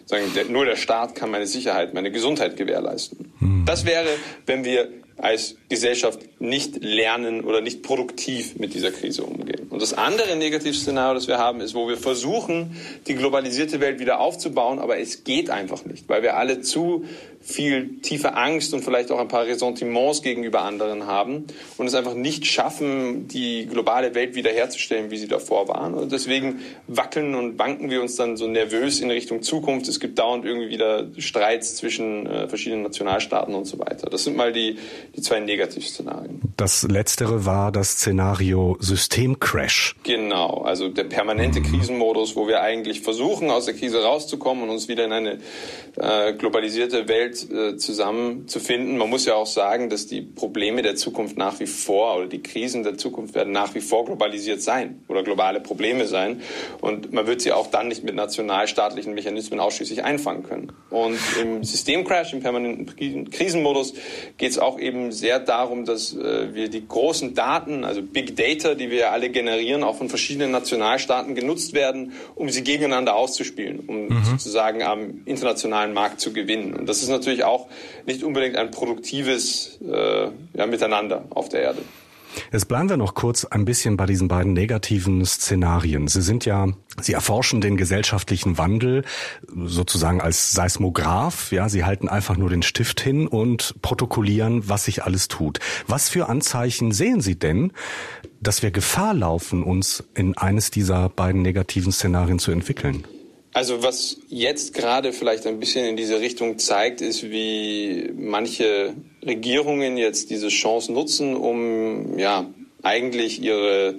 Nur der Staat kann meine Sicherheit, meine Gesundheit gewährleisten. Das wäre, wenn wir als Gesellschaft nicht lernen oder nicht produktiv mit dieser Krise umgehen. Und das andere Negativszenario, das wir haben, ist, wo wir versuchen, die globalisierte Welt wieder aufzubauen, aber es geht einfach nicht, weil wir alle zu viel tiefe Angst und vielleicht auch ein paar Ressentiments gegenüber anderen haben und es einfach nicht schaffen, die globale Welt wiederherzustellen, wie sie davor waren. Und deswegen wackeln und wanken wir uns dann so nervös in Richtung Zukunft. Es gibt dauernd irgendwie wieder Streits zwischen verschiedenen Nationalstaaten und so weiter. Das sind mal die 2 Negativszenarien. Das letztere war das Szenario Systemcrash. Genau, also der permanente Krisenmodus, wo wir eigentlich versuchen, aus der Krise rauszukommen und uns wieder in eine globalisierte Welt zusammenzufinden. Man muss ja auch sagen, dass die Probleme der Zukunft nach wie vor oder die Krisen der Zukunft werden nach wie vor globalisiert sein oder globale Probleme sein. Und man wird sie auch dann nicht mit nationalstaatlichen Mechanismen ausschließlich einfangen können. Und im Systemcrash, im permanenten Krisenmodus, geht es auch eben sehr darum, dass wir die großen Daten, also Big Data, die wir ja alle generieren, auch von verschiedenen Nationalstaaten genutzt werden, um sie gegeneinander auszuspielen, um sozusagen am internationalen Markt zu gewinnen. Und das ist natürlich auch nicht unbedingt ein produktives Miteinander auf der Erde. Jetzt bleiben wir noch kurz ein bisschen bei diesen beiden negativen Szenarien. Sie erforschen den gesellschaftlichen Wandel sozusagen als Seismograph. Ja, Sie halten einfach nur den Stift hin und protokollieren, was sich alles tut. Was für Anzeichen sehen Sie denn, dass wir Gefahr laufen, uns in eines dieser beiden negativen Szenarien zu entwickeln? Also was jetzt gerade vielleicht ein bisschen in diese Richtung zeigt, ist, wie manche Regierungen jetzt diese Chance nutzen, um eigentlich ihre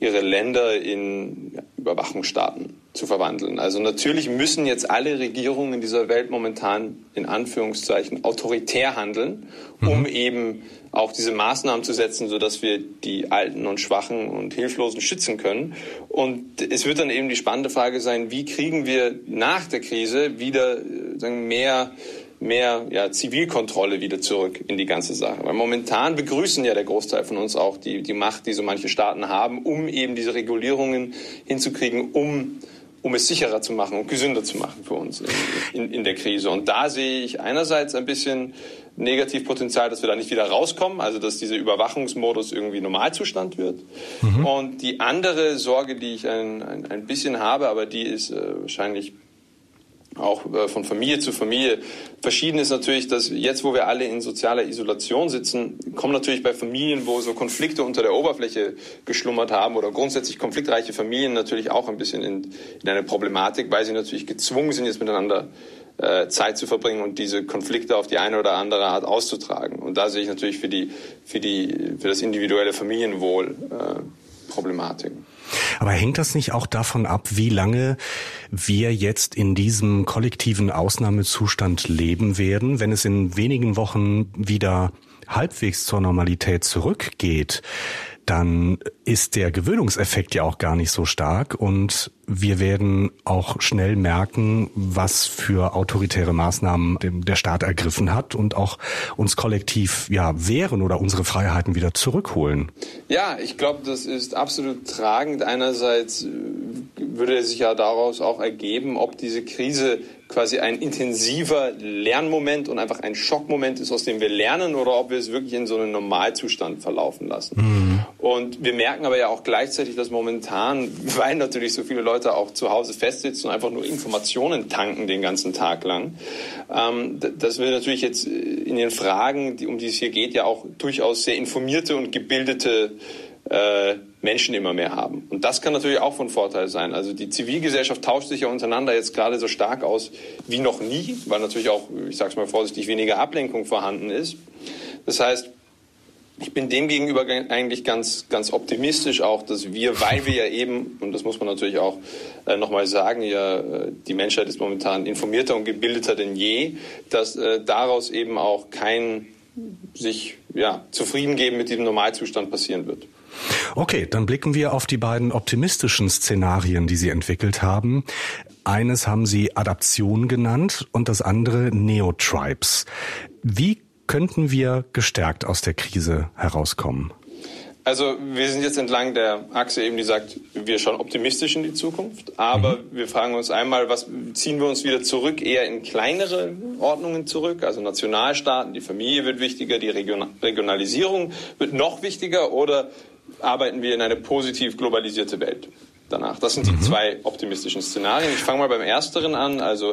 Länder in Überwachungsstaaten zu verwandeln. Also natürlich müssen jetzt alle Regierungen dieser Welt momentan in Anführungszeichen autoritär handeln, um eben auch diese Maßnahmen zu setzen, sodass wir die Alten und Schwachen und Hilflosen schützen können. Und es wird dann eben die spannende Frage sein, wie kriegen wir nach der Krise wieder mehr Zivilkontrolle wieder zurück in die ganze Sache. Weil momentan begrüßen ja der Großteil von uns auch die Macht, die so manche Staaten haben, um eben diese Regulierungen hinzukriegen, um es sicherer zu machen und gesünder zu machen für uns in der Krise. Und da sehe ich einerseits ein bisschen Negativpotenzial, dass wir da nicht wieder rauskommen, also dass dieser Überwachungsmodus irgendwie Normalzustand wird. Und die andere Sorge, die ich ein bisschen habe, aber die ist wahrscheinlich auch von Familie zu Familie verschieden, ist natürlich, dass jetzt, wo wir alle in sozialer Isolation sitzen, kommen natürlich bei Familien, wo so Konflikte unter der Oberfläche geschlummert haben oder grundsätzlich konfliktreiche Familien natürlich auch ein bisschen in eine Problematik, weil sie natürlich gezwungen sind, jetzt miteinander Zeit zu verbringen und diese Konflikte auf die eine oder andere Art auszutragen. Und da sehe ich natürlich für das individuelle Familienwohl Problematiken. Aber hängt das nicht auch davon ab, wie lange wir jetzt in diesem kollektiven Ausnahmezustand leben werden? Wenn es in wenigen Wochen wieder halbwegs zur Normalität zurückgeht, dann ist der Gewöhnungseffekt ja auch gar nicht so stark und wir werden auch schnell merken, was für autoritäre Maßnahmen der Staat ergriffen hat und auch uns kollektiv wehren oder unsere Freiheiten wieder zurückholen. Ja, ich glaube, das ist absolut tragend. Einerseits würde sich ja daraus auch ergeben, ob diese Krise quasi ein intensiver Lernmoment und einfach ein Schockmoment ist, aus dem wir lernen, oder ob wir es wirklich in so einen Normalzustand verlaufen lassen. Mhm. Und wir merken aber ja auch gleichzeitig, dass momentan, weil natürlich so viele Leute auch zu Hause festsitzen und einfach nur Informationen tanken den ganzen Tag lang, dass wir natürlich jetzt in den Fragen, um die es hier geht, ja auch durchaus sehr informierte und gebildete Menschen immer mehr haben. Und das kann natürlich auch von Vorteil sein. Also die Zivilgesellschaft tauscht sich ja untereinander jetzt gerade so stark aus wie noch nie, weil natürlich auch, ich sage es mal vorsichtig, weniger Ablenkung vorhanden ist. Das heißt, ich bin dem gegenüber eigentlich ganz, ganz optimistisch auch, dass wir, weil wir ja eben, und das muss man natürlich auch nochmal sagen, ja, die Menschheit ist momentan informierter und gebildeter denn je, dass daraus eben auch kein sich zufrieden geben mit diesem Normalzustand passieren wird. Okay, dann blicken wir auf die beiden optimistischen Szenarien, die Sie entwickelt haben. Eines haben Sie Adaption genannt und das andere Neotribes. Wie könnten wir gestärkt aus der Krise herauskommen? Also wir sind jetzt entlang der Achse eben, die sagt, wir schauen optimistisch in die Zukunft, aber wir fragen uns einmal, ziehen wir uns wieder zurück, eher in kleinere Ordnungen zurück, also Nationalstaaten, die Familie wird wichtiger, die Regionalisierung wird noch wichtiger, oder arbeiten wir in eine positiv globalisierte Welt danach? Das sind die zwei optimistischen Szenarien. Ich fange mal beim Ersteren an. Also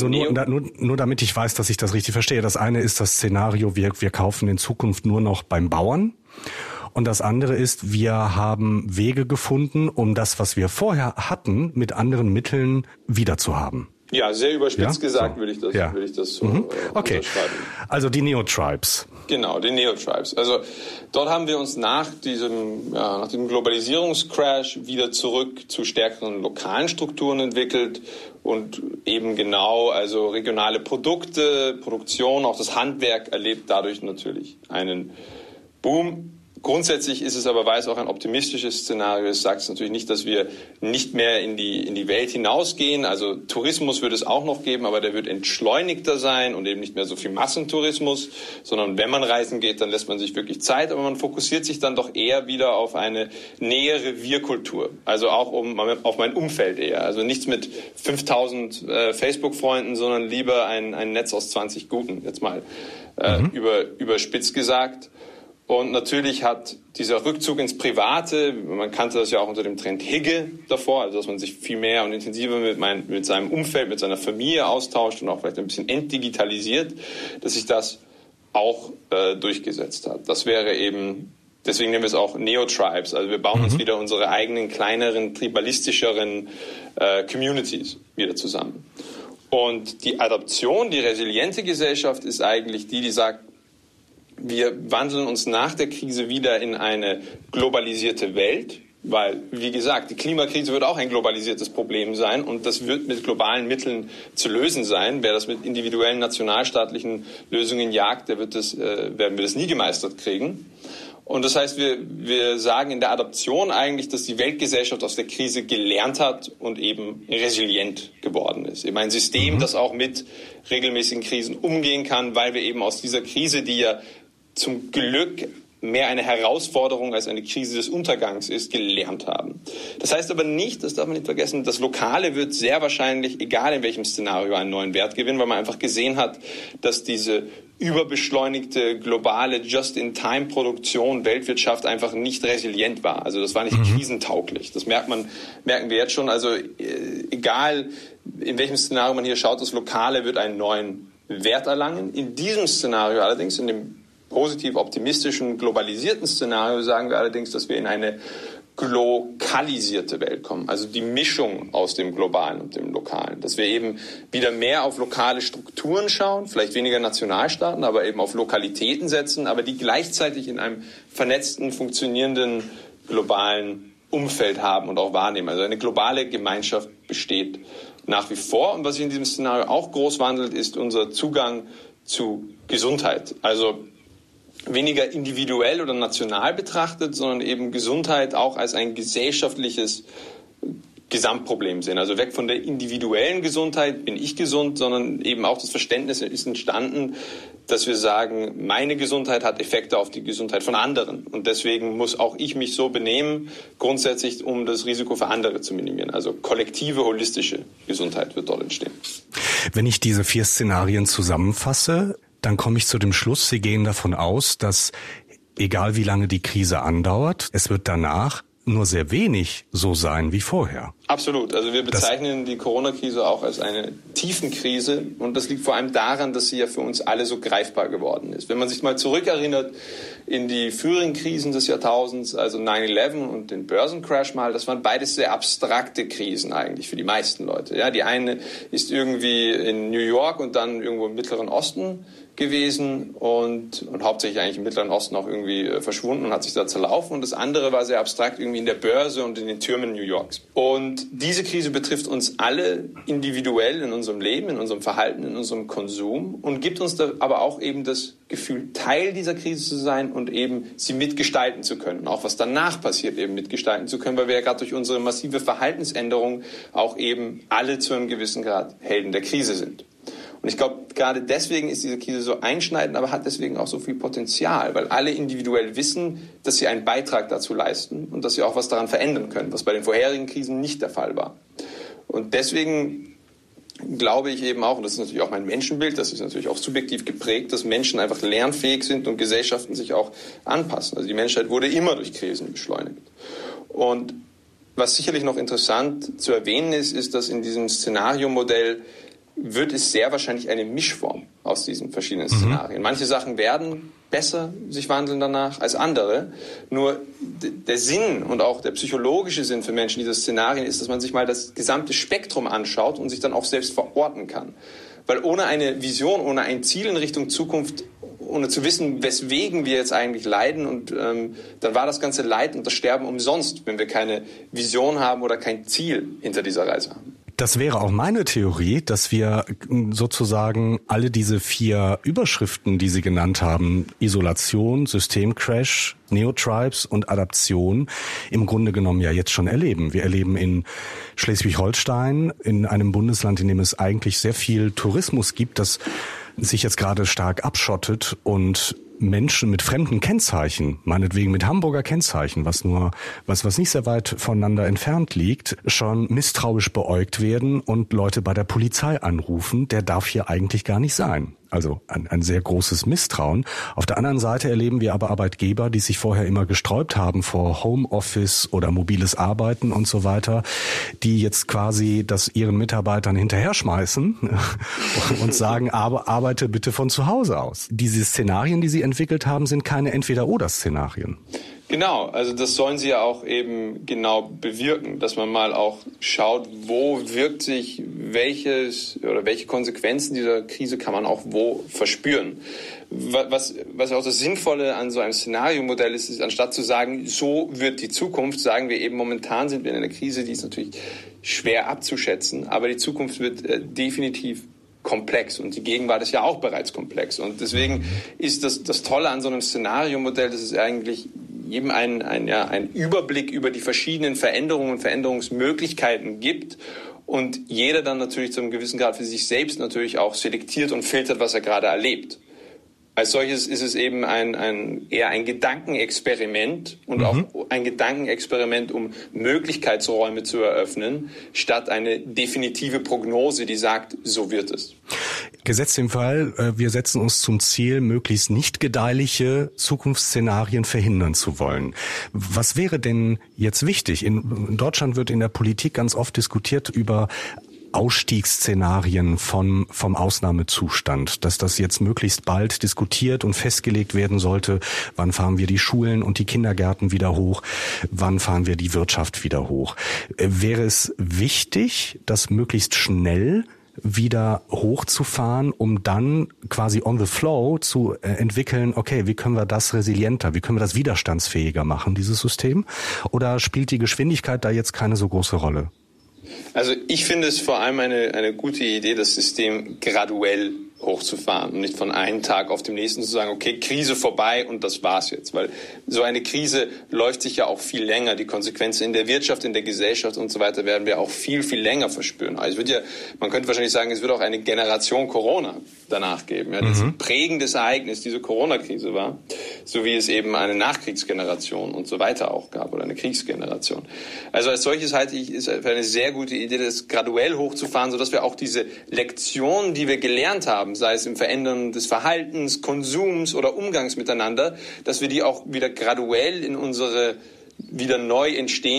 nur damit ich weiß, dass ich das richtig verstehe. Das eine ist das Szenario, wir kaufen in Zukunft nur noch beim Bauern. Und das andere ist, wir haben Wege gefunden, um das, was wir vorher hatten, mit anderen Mitteln wiederzuhaben. Ja, sehr überspitzt gesagt würde ich das so okay. unterschreiben. Also die Neotribes. Genau, die Neotribes. Also dort haben wir uns nach diesem Globalisierungscrash wieder zurück zu stärkeren lokalen Strukturen entwickelt und eben also regionale Produkte, Produktion, auch das Handwerk erlebt dadurch natürlich einen Boom. Grundsätzlich ist es aber, weil es auch ein optimistisches Szenario ist, sagt es natürlich nicht, dass wir nicht mehr in die Welt hinausgehen. Also Tourismus wird es auch noch geben, aber der wird entschleunigter sein und eben nicht mehr so viel Massentourismus, sondern wenn man reisen geht, dann lässt man sich wirklich Zeit, aber man fokussiert sich dann doch eher wieder auf eine nähere Wir-Kultur. Also auch auf mein Umfeld eher. Also nichts mit 5000 Facebook-Freunden, sondern lieber ein Netz aus 20 Guten, jetzt mal überspitzt gesagt. Und natürlich hat dieser Rückzug ins Private, man kannte das ja auch unter dem Trend Higge davor, also dass man sich viel mehr und intensiver mit seinem Umfeld, mit seiner Familie austauscht und auch vielleicht ein bisschen entdigitalisiert, dass sich das auch durchgesetzt hat. Das wäre eben, deswegen nennen wir es auch Neotribes, also wir bauen uns wieder unsere eigenen, kleineren, tribalistischeren Communities wieder zusammen. Und die Adaption, die resiliente Gesellschaft ist eigentlich die sagt, wir wandeln uns nach der Krise wieder in eine globalisierte Welt, weil, wie gesagt, die Klimakrise wird auch ein globalisiertes Problem sein und das wird mit globalen Mitteln zu lösen sein. Wer das mit individuellen nationalstaatlichen Lösungen jagt, werden wir das nie gemeistert kriegen. Und das heißt, wir sagen in der Adaption eigentlich, dass die Weltgesellschaft aus der Krise gelernt hat und eben resilient geworden ist. Eben ein System, das auch mit regelmäßigen Krisen umgehen kann, weil wir eben aus dieser Krise, die ja zum Glück mehr eine Herausforderung als eine Krise des Untergangs ist, gelernt haben. Das heißt aber nicht, das darf man nicht vergessen, das Lokale wird sehr wahrscheinlich, egal in welchem Szenario, einen neuen Wert gewinnen, weil man einfach gesehen hat, dass diese überbeschleunigte globale Just-in-Time-Produktion, Weltwirtschaft einfach nicht resilient war. Also das war nicht krisentauglich. Das merken wir jetzt schon. Also egal in welchem Szenario man hier schaut, das Lokale wird einen neuen Wert erlangen. In diesem Szenario allerdings, in dem positiv optimistischen, globalisierten Szenario sagen wir allerdings, dass wir in eine lokalisierte Welt kommen. Also die Mischung aus dem Globalen und dem Lokalen. Dass wir eben wieder mehr auf lokale Strukturen schauen, vielleicht weniger Nationalstaaten, aber eben auf Lokalitäten setzen, aber die gleichzeitig in einem vernetzten, funktionierenden, globalen Umfeld haben und auch wahrnehmen. Also eine globale Gemeinschaft besteht nach wie vor. Und was sich in diesem Szenario auch groß wandelt, ist unser Zugang zu Gesundheit. Also weniger individuell oder national betrachtet, sondern eben Gesundheit auch als ein gesellschaftliches Gesamtproblem sehen. Also weg von der individuellen Gesundheit, bin ich gesund, sondern eben auch das Verständnis ist entstanden, dass wir sagen, meine Gesundheit hat Effekte auf die Gesundheit von anderen. Und deswegen muss auch ich mich so benehmen, grundsätzlich, um das Risiko für andere zu minimieren. Also kollektive, holistische Gesundheit wird dort entstehen. Wenn ich diese 4 Szenarien zusammenfasse, dann komme ich zu dem Schluss, Sie gehen davon aus, dass egal wie lange die Krise andauert, es wird danach nur sehr wenig so sein wie vorher. Absolut. Also wir bezeichnen die Corona-Krise auch als eine Tiefenkrise und das liegt vor allem daran, dass sie ja für uns alle so greifbar geworden ist. Wenn man sich mal zurückerinnert in die früheren Krisen des Jahrtausends, also 9/11 und den Börsencrash mal, das waren beides sehr abstrakte Krisen eigentlich für die meisten Leute. Ja, die eine ist irgendwie in New York und dann irgendwo im Mittleren Osten gewesen und hauptsächlich eigentlich im Mittleren Osten auch irgendwie verschwunden und hat sich da zerlaufen. Und das andere war sehr abstrakt irgendwie in der Börse und in den Türmen New Yorks. Und diese Krise betrifft uns alle individuell in unserem Leben, in unserem Verhalten, in unserem Konsum und gibt uns da aber auch eben das Gefühl, Teil dieser Krise zu sein und eben sie mitgestalten zu können. Und auch was danach passiert, eben mitgestalten zu können, weil wir ja gerade durch unsere massive Verhaltensänderung auch eben alle zu einem gewissen Grad Helden der Krise sind. Und ich glaube, gerade deswegen ist diese Krise so einschneidend, aber hat deswegen auch so viel Potenzial, weil alle individuell wissen, dass sie einen Beitrag dazu leisten und dass sie auch was daran verändern können, was bei den vorherigen Krisen nicht der Fall war. Und deswegen glaube ich eben auch, und das ist natürlich auch mein Menschenbild, das ist natürlich auch subjektiv geprägt, dass Menschen einfach lernfähig sind und Gesellschaften sich auch anpassen. Also die Menschheit wurde immer durch Krisen beschleunigt. Und was sicherlich noch interessant zu erwähnen ist, dass in diesem Szenariomodell wird es sehr wahrscheinlich eine Mischform aus diesen verschiedenen Szenarien. Manche Sachen werden besser sich wandeln danach als andere. Nur der Sinn und auch der psychologische Sinn für Menschen dieser Szenarien ist, dass man sich mal das gesamte Spektrum anschaut und sich dann auch selbst verorten kann. Weil ohne eine Vision, ohne ein Ziel in Richtung Zukunft, ohne zu wissen, weswegen wir jetzt eigentlich leiden, und dann war das ganze Leid und das Sterben umsonst, wenn wir keine Vision haben oder kein Ziel hinter dieser Reise haben. Das wäre auch meine Theorie, dass wir sozusagen alle diese 4 Überschriften, die Sie genannt haben, Isolation, Systemcrash, Neotribes und Adaption, im Grunde genommen ja jetzt schon erleben. Wir erleben in Schleswig-Holstein, in einem Bundesland, in dem es eigentlich sehr viel Tourismus gibt, das sich jetzt gerade stark abschottet und Menschen mit fremden Kennzeichen, meinetwegen mit Hamburger Kennzeichen, was nicht sehr weit voneinander entfernt liegt, schon misstrauisch beäugt werden und Leute bei der Polizei anrufen, der darf hier eigentlich gar nicht sein. Also ein sehr großes Misstrauen. Auf der anderen Seite erleben wir aber Arbeitgeber, die sich vorher immer gesträubt haben vor Homeoffice oder mobiles Arbeiten und so weiter, die jetzt quasi das ihren Mitarbeitern hinterher schmeißen und sagen, aber arbeite bitte von zu Hause aus. Diese Szenarien, die sie entwickelt haben, sind keine Entweder-oder-Szenarien. Genau, also das sollen sie ja auch eben genau bewirken, dass man mal auch schaut, wo wirkt sich welche Konsequenzen dieser Krise kann man auch wo verspüren. Was auch das Sinnvolle an so einem Szenariomodell ist, anstatt zu sagen, so wird die Zukunft, sagen wir eben, momentan sind wir in einer Krise, die ist natürlich schwer abzuschätzen, aber die Zukunft wird definitiv komplex und die Gegenwart ist ja auch bereits komplex. Und deswegen ist das Tolle an so einem Szenariomodell, dass es eigentlich jedem einen Überblick über die verschiedenen Veränderungen und Veränderungsmöglichkeiten gibt und jeder dann natürlich zu einem gewissen Grad für sich selbst natürlich auch selektiert und filtert, was er gerade erlebt. Als solches ist es eben eher ein Gedankenexperiment und auch ein Gedankenexperiment, um Möglichkeitsräume zu eröffnen, statt eine definitive Prognose, die sagt, so wird es. Gesetzt im Fall, wir setzen uns zum Ziel, möglichst nicht gedeihliche Zukunftsszenarien verhindern zu wollen. Was wäre denn jetzt wichtig? In Deutschland wird in der Politik ganz oft diskutiert über Ausstiegsszenarien vom Ausnahmezustand, dass das jetzt möglichst bald diskutiert und festgelegt werden sollte. Wann fahren wir die Schulen und die Kindergärten wieder hoch? Wann fahren wir die Wirtschaft wieder hoch? Wäre es wichtig, das möglichst schnell wieder hochzufahren, um dann quasi on the flow zu entwickeln, okay, wie können wir das resilienter, wie können wir das widerstandsfähiger machen, dieses System? Oder spielt die Geschwindigkeit da jetzt keine so große Rolle? Also ich finde es vor allem eine gute Idee, das System graduell hochzufahren und nicht von einem Tag auf den nächsten zu sagen, okay, Krise vorbei und das war's jetzt. Weil so eine Krise läuft sich ja auch viel länger. Die Konsequenzen in der Wirtschaft, in der Gesellschaft und so weiter werden wir auch viel, viel länger verspüren. Also man könnte wahrscheinlich sagen, es wird auch eine Generation Corona danach geben. Ja, das ein prägendes Ereignis, diese Corona-Krise war, so wie es eben eine Nachkriegsgeneration und so weiter auch gab oder eine Kriegsgeneration. Also als solches halte ich es für eine sehr gute Idee, das graduell hochzufahren, sodass wir auch diese Lektionen, die wir gelernt haben, sei es im Verändern des Verhaltens, Konsums oder Umgangs miteinander, dass wir die auch wieder graduell in unseren neu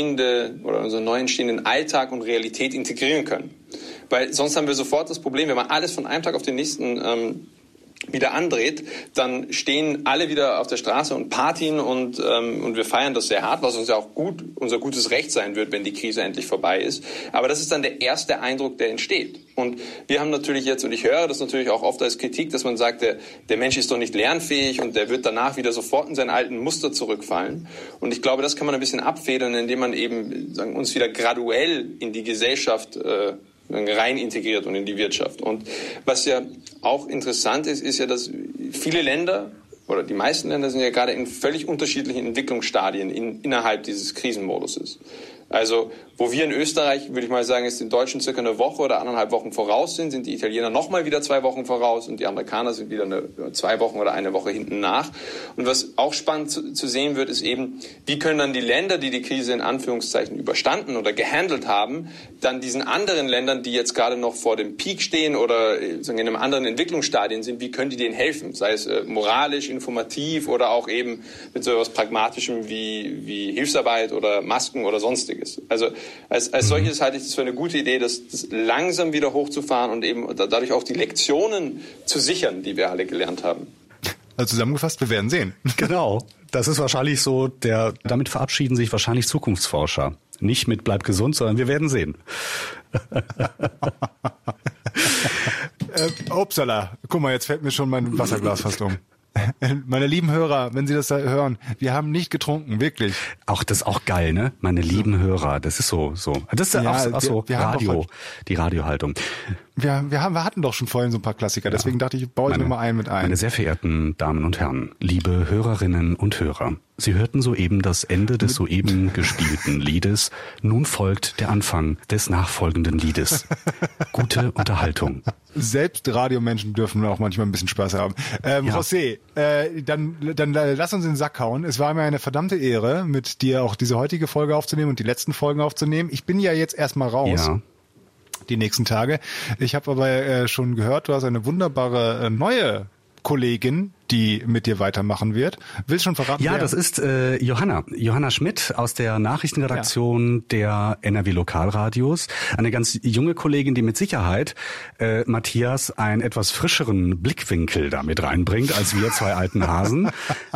entstehenden Alltag und Realität integrieren können. Weil sonst haben wir sofort das Problem, wenn man alles von einem Tag auf den nächsten wieder andreht, dann stehen alle wieder auf der Straße und partien und wir feiern das sehr hart, was uns ja auch unser gutes Recht sein wird, wenn die Krise endlich vorbei ist. Aber das ist dann der erste Eindruck, der entsteht. Und wir haben natürlich jetzt, und ich höre das natürlich auch oft als Kritik, dass man sagt, der Mensch ist doch nicht lernfähig und der wird danach wieder sofort in seinen alten Muster zurückfallen. Und ich glaube, das kann man ein bisschen abfedern, indem man eben uns wieder graduell in die Gesellschaft rein integriert und in die Wirtschaft. Und was ja auch interessant ist, ist ja, dass viele Länder oder die meisten Länder sind ja gerade in völlig unterschiedlichen Entwicklungsstadien innerhalb dieses Krisenmoduses. Also wo wir in Österreich, würde ich mal sagen, jetzt den Deutschen circa eine Woche oder 1,5 Wochen voraus sind die Italiener nochmal wieder 2 Wochen voraus und die Amerikaner sind wieder 2 Wochen oder 1 Woche hinten nach. Und was auch spannend zu sehen wird, ist eben, wie können dann die Länder, die die Krise in Anführungszeichen überstanden oder gehandelt haben, dann diesen anderen Ländern, die jetzt gerade noch vor dem Peak stehen oder in einem anderen Entwicklungsstadien sind, wie können die denen helfen? Sei es moralisch, informativ oder auch eben mit so etwas Pragmatischem wie Hilfsarbeit oder Masken oder sonstiges. Also als solches halte ich das für eine gute Idee, das langsam wieder hochzufahren und eben dadurch auch die Lektionen zu sichern, die wir alle gelernt haben. Also zusammengefasst, wir werden sehen. Genau. Das ist wahrscheinlich so damit verabschieden sich wahrscheinlich Zukunftsforscher. Nicht mit bleib gesund, sondern wir werden sehen. Upsala, guck mal, jetzt fällt mir schon mein Wasserglas fast um. Meine lieben Hörer, wenn Sie das da hören, wir haben nicht getrunken, wirklich. Auch das ist auch geil, ne? Meine lieben Hörer, das ist so. Das ist ja, auch so Radio, die Radiohaltung. Wir hatten doch schon vorhin so ein paar Klassiker, deswegen dachte ich, baue ich nochmal ein. Meine sehr verehrten Damen und Herren, liebe Hörerinnen und Hörer, Sie hörten soeben das Ende des soeben gespielten Liedes. Nun folgt der Anfang des nachfolgenden Liedes. Gute Unterhaltung. Selbst Radiomenschen dürfen auch manchmal ein bisschen Spaß haben. José, dann lass uns in den Sack hauen. Es war mir eine verdammte Ehre, mit dir auch diese heutige Folge aufzunehmen und die letzten Folgen aufzunehmen. Ich bin ja jetzt erstmal raus. Ja. Die nächsten Tage. Ich habe aber schon gehört, du hast eine wunderbare neue Kollegin, die mit dir weitermachen wird. Willst du schon verraten? Ja, wer? Das ist Johanna Schmidt aus der Nachrichtenredaktion der NRW Lokalradios. Eine ganz junge Kollegin, die mit Sicherheit Matthias einen etwas frischeren Blickwinkel damit reinbringt, als wir 2 alten Hasen.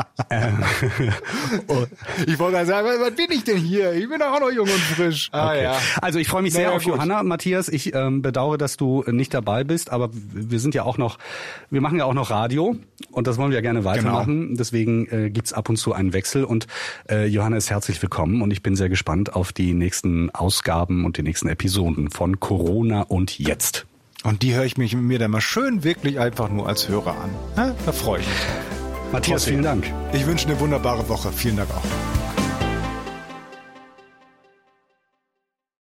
Ich wollte gerade sagen, was bin ich denn hier? Ich bin auch noch jung und frisch. Okay. Ja. Also ich freue mich sehr auf Johanna. Matthias, ich bedauere, dass du nicht dabei bist, aber wir machen ja auch noch Radio und das wollen wir ja gerne weitermachen. Genau. Deswegen gibt's ab und zu einen Wechsel und Johanna ist herzlich willkommen und ich bin sehr gespannt auf die nächsten Ausgaben und die nächsten Episoden von Corona und Jetzt. Und die höre ich mir dann mal schön wirklich einfach nur als Hörer an. Da freue ich mich. Matthias, vielen Dank. Ich wünsche eine wunderbare Woche. Vielen Dank auch.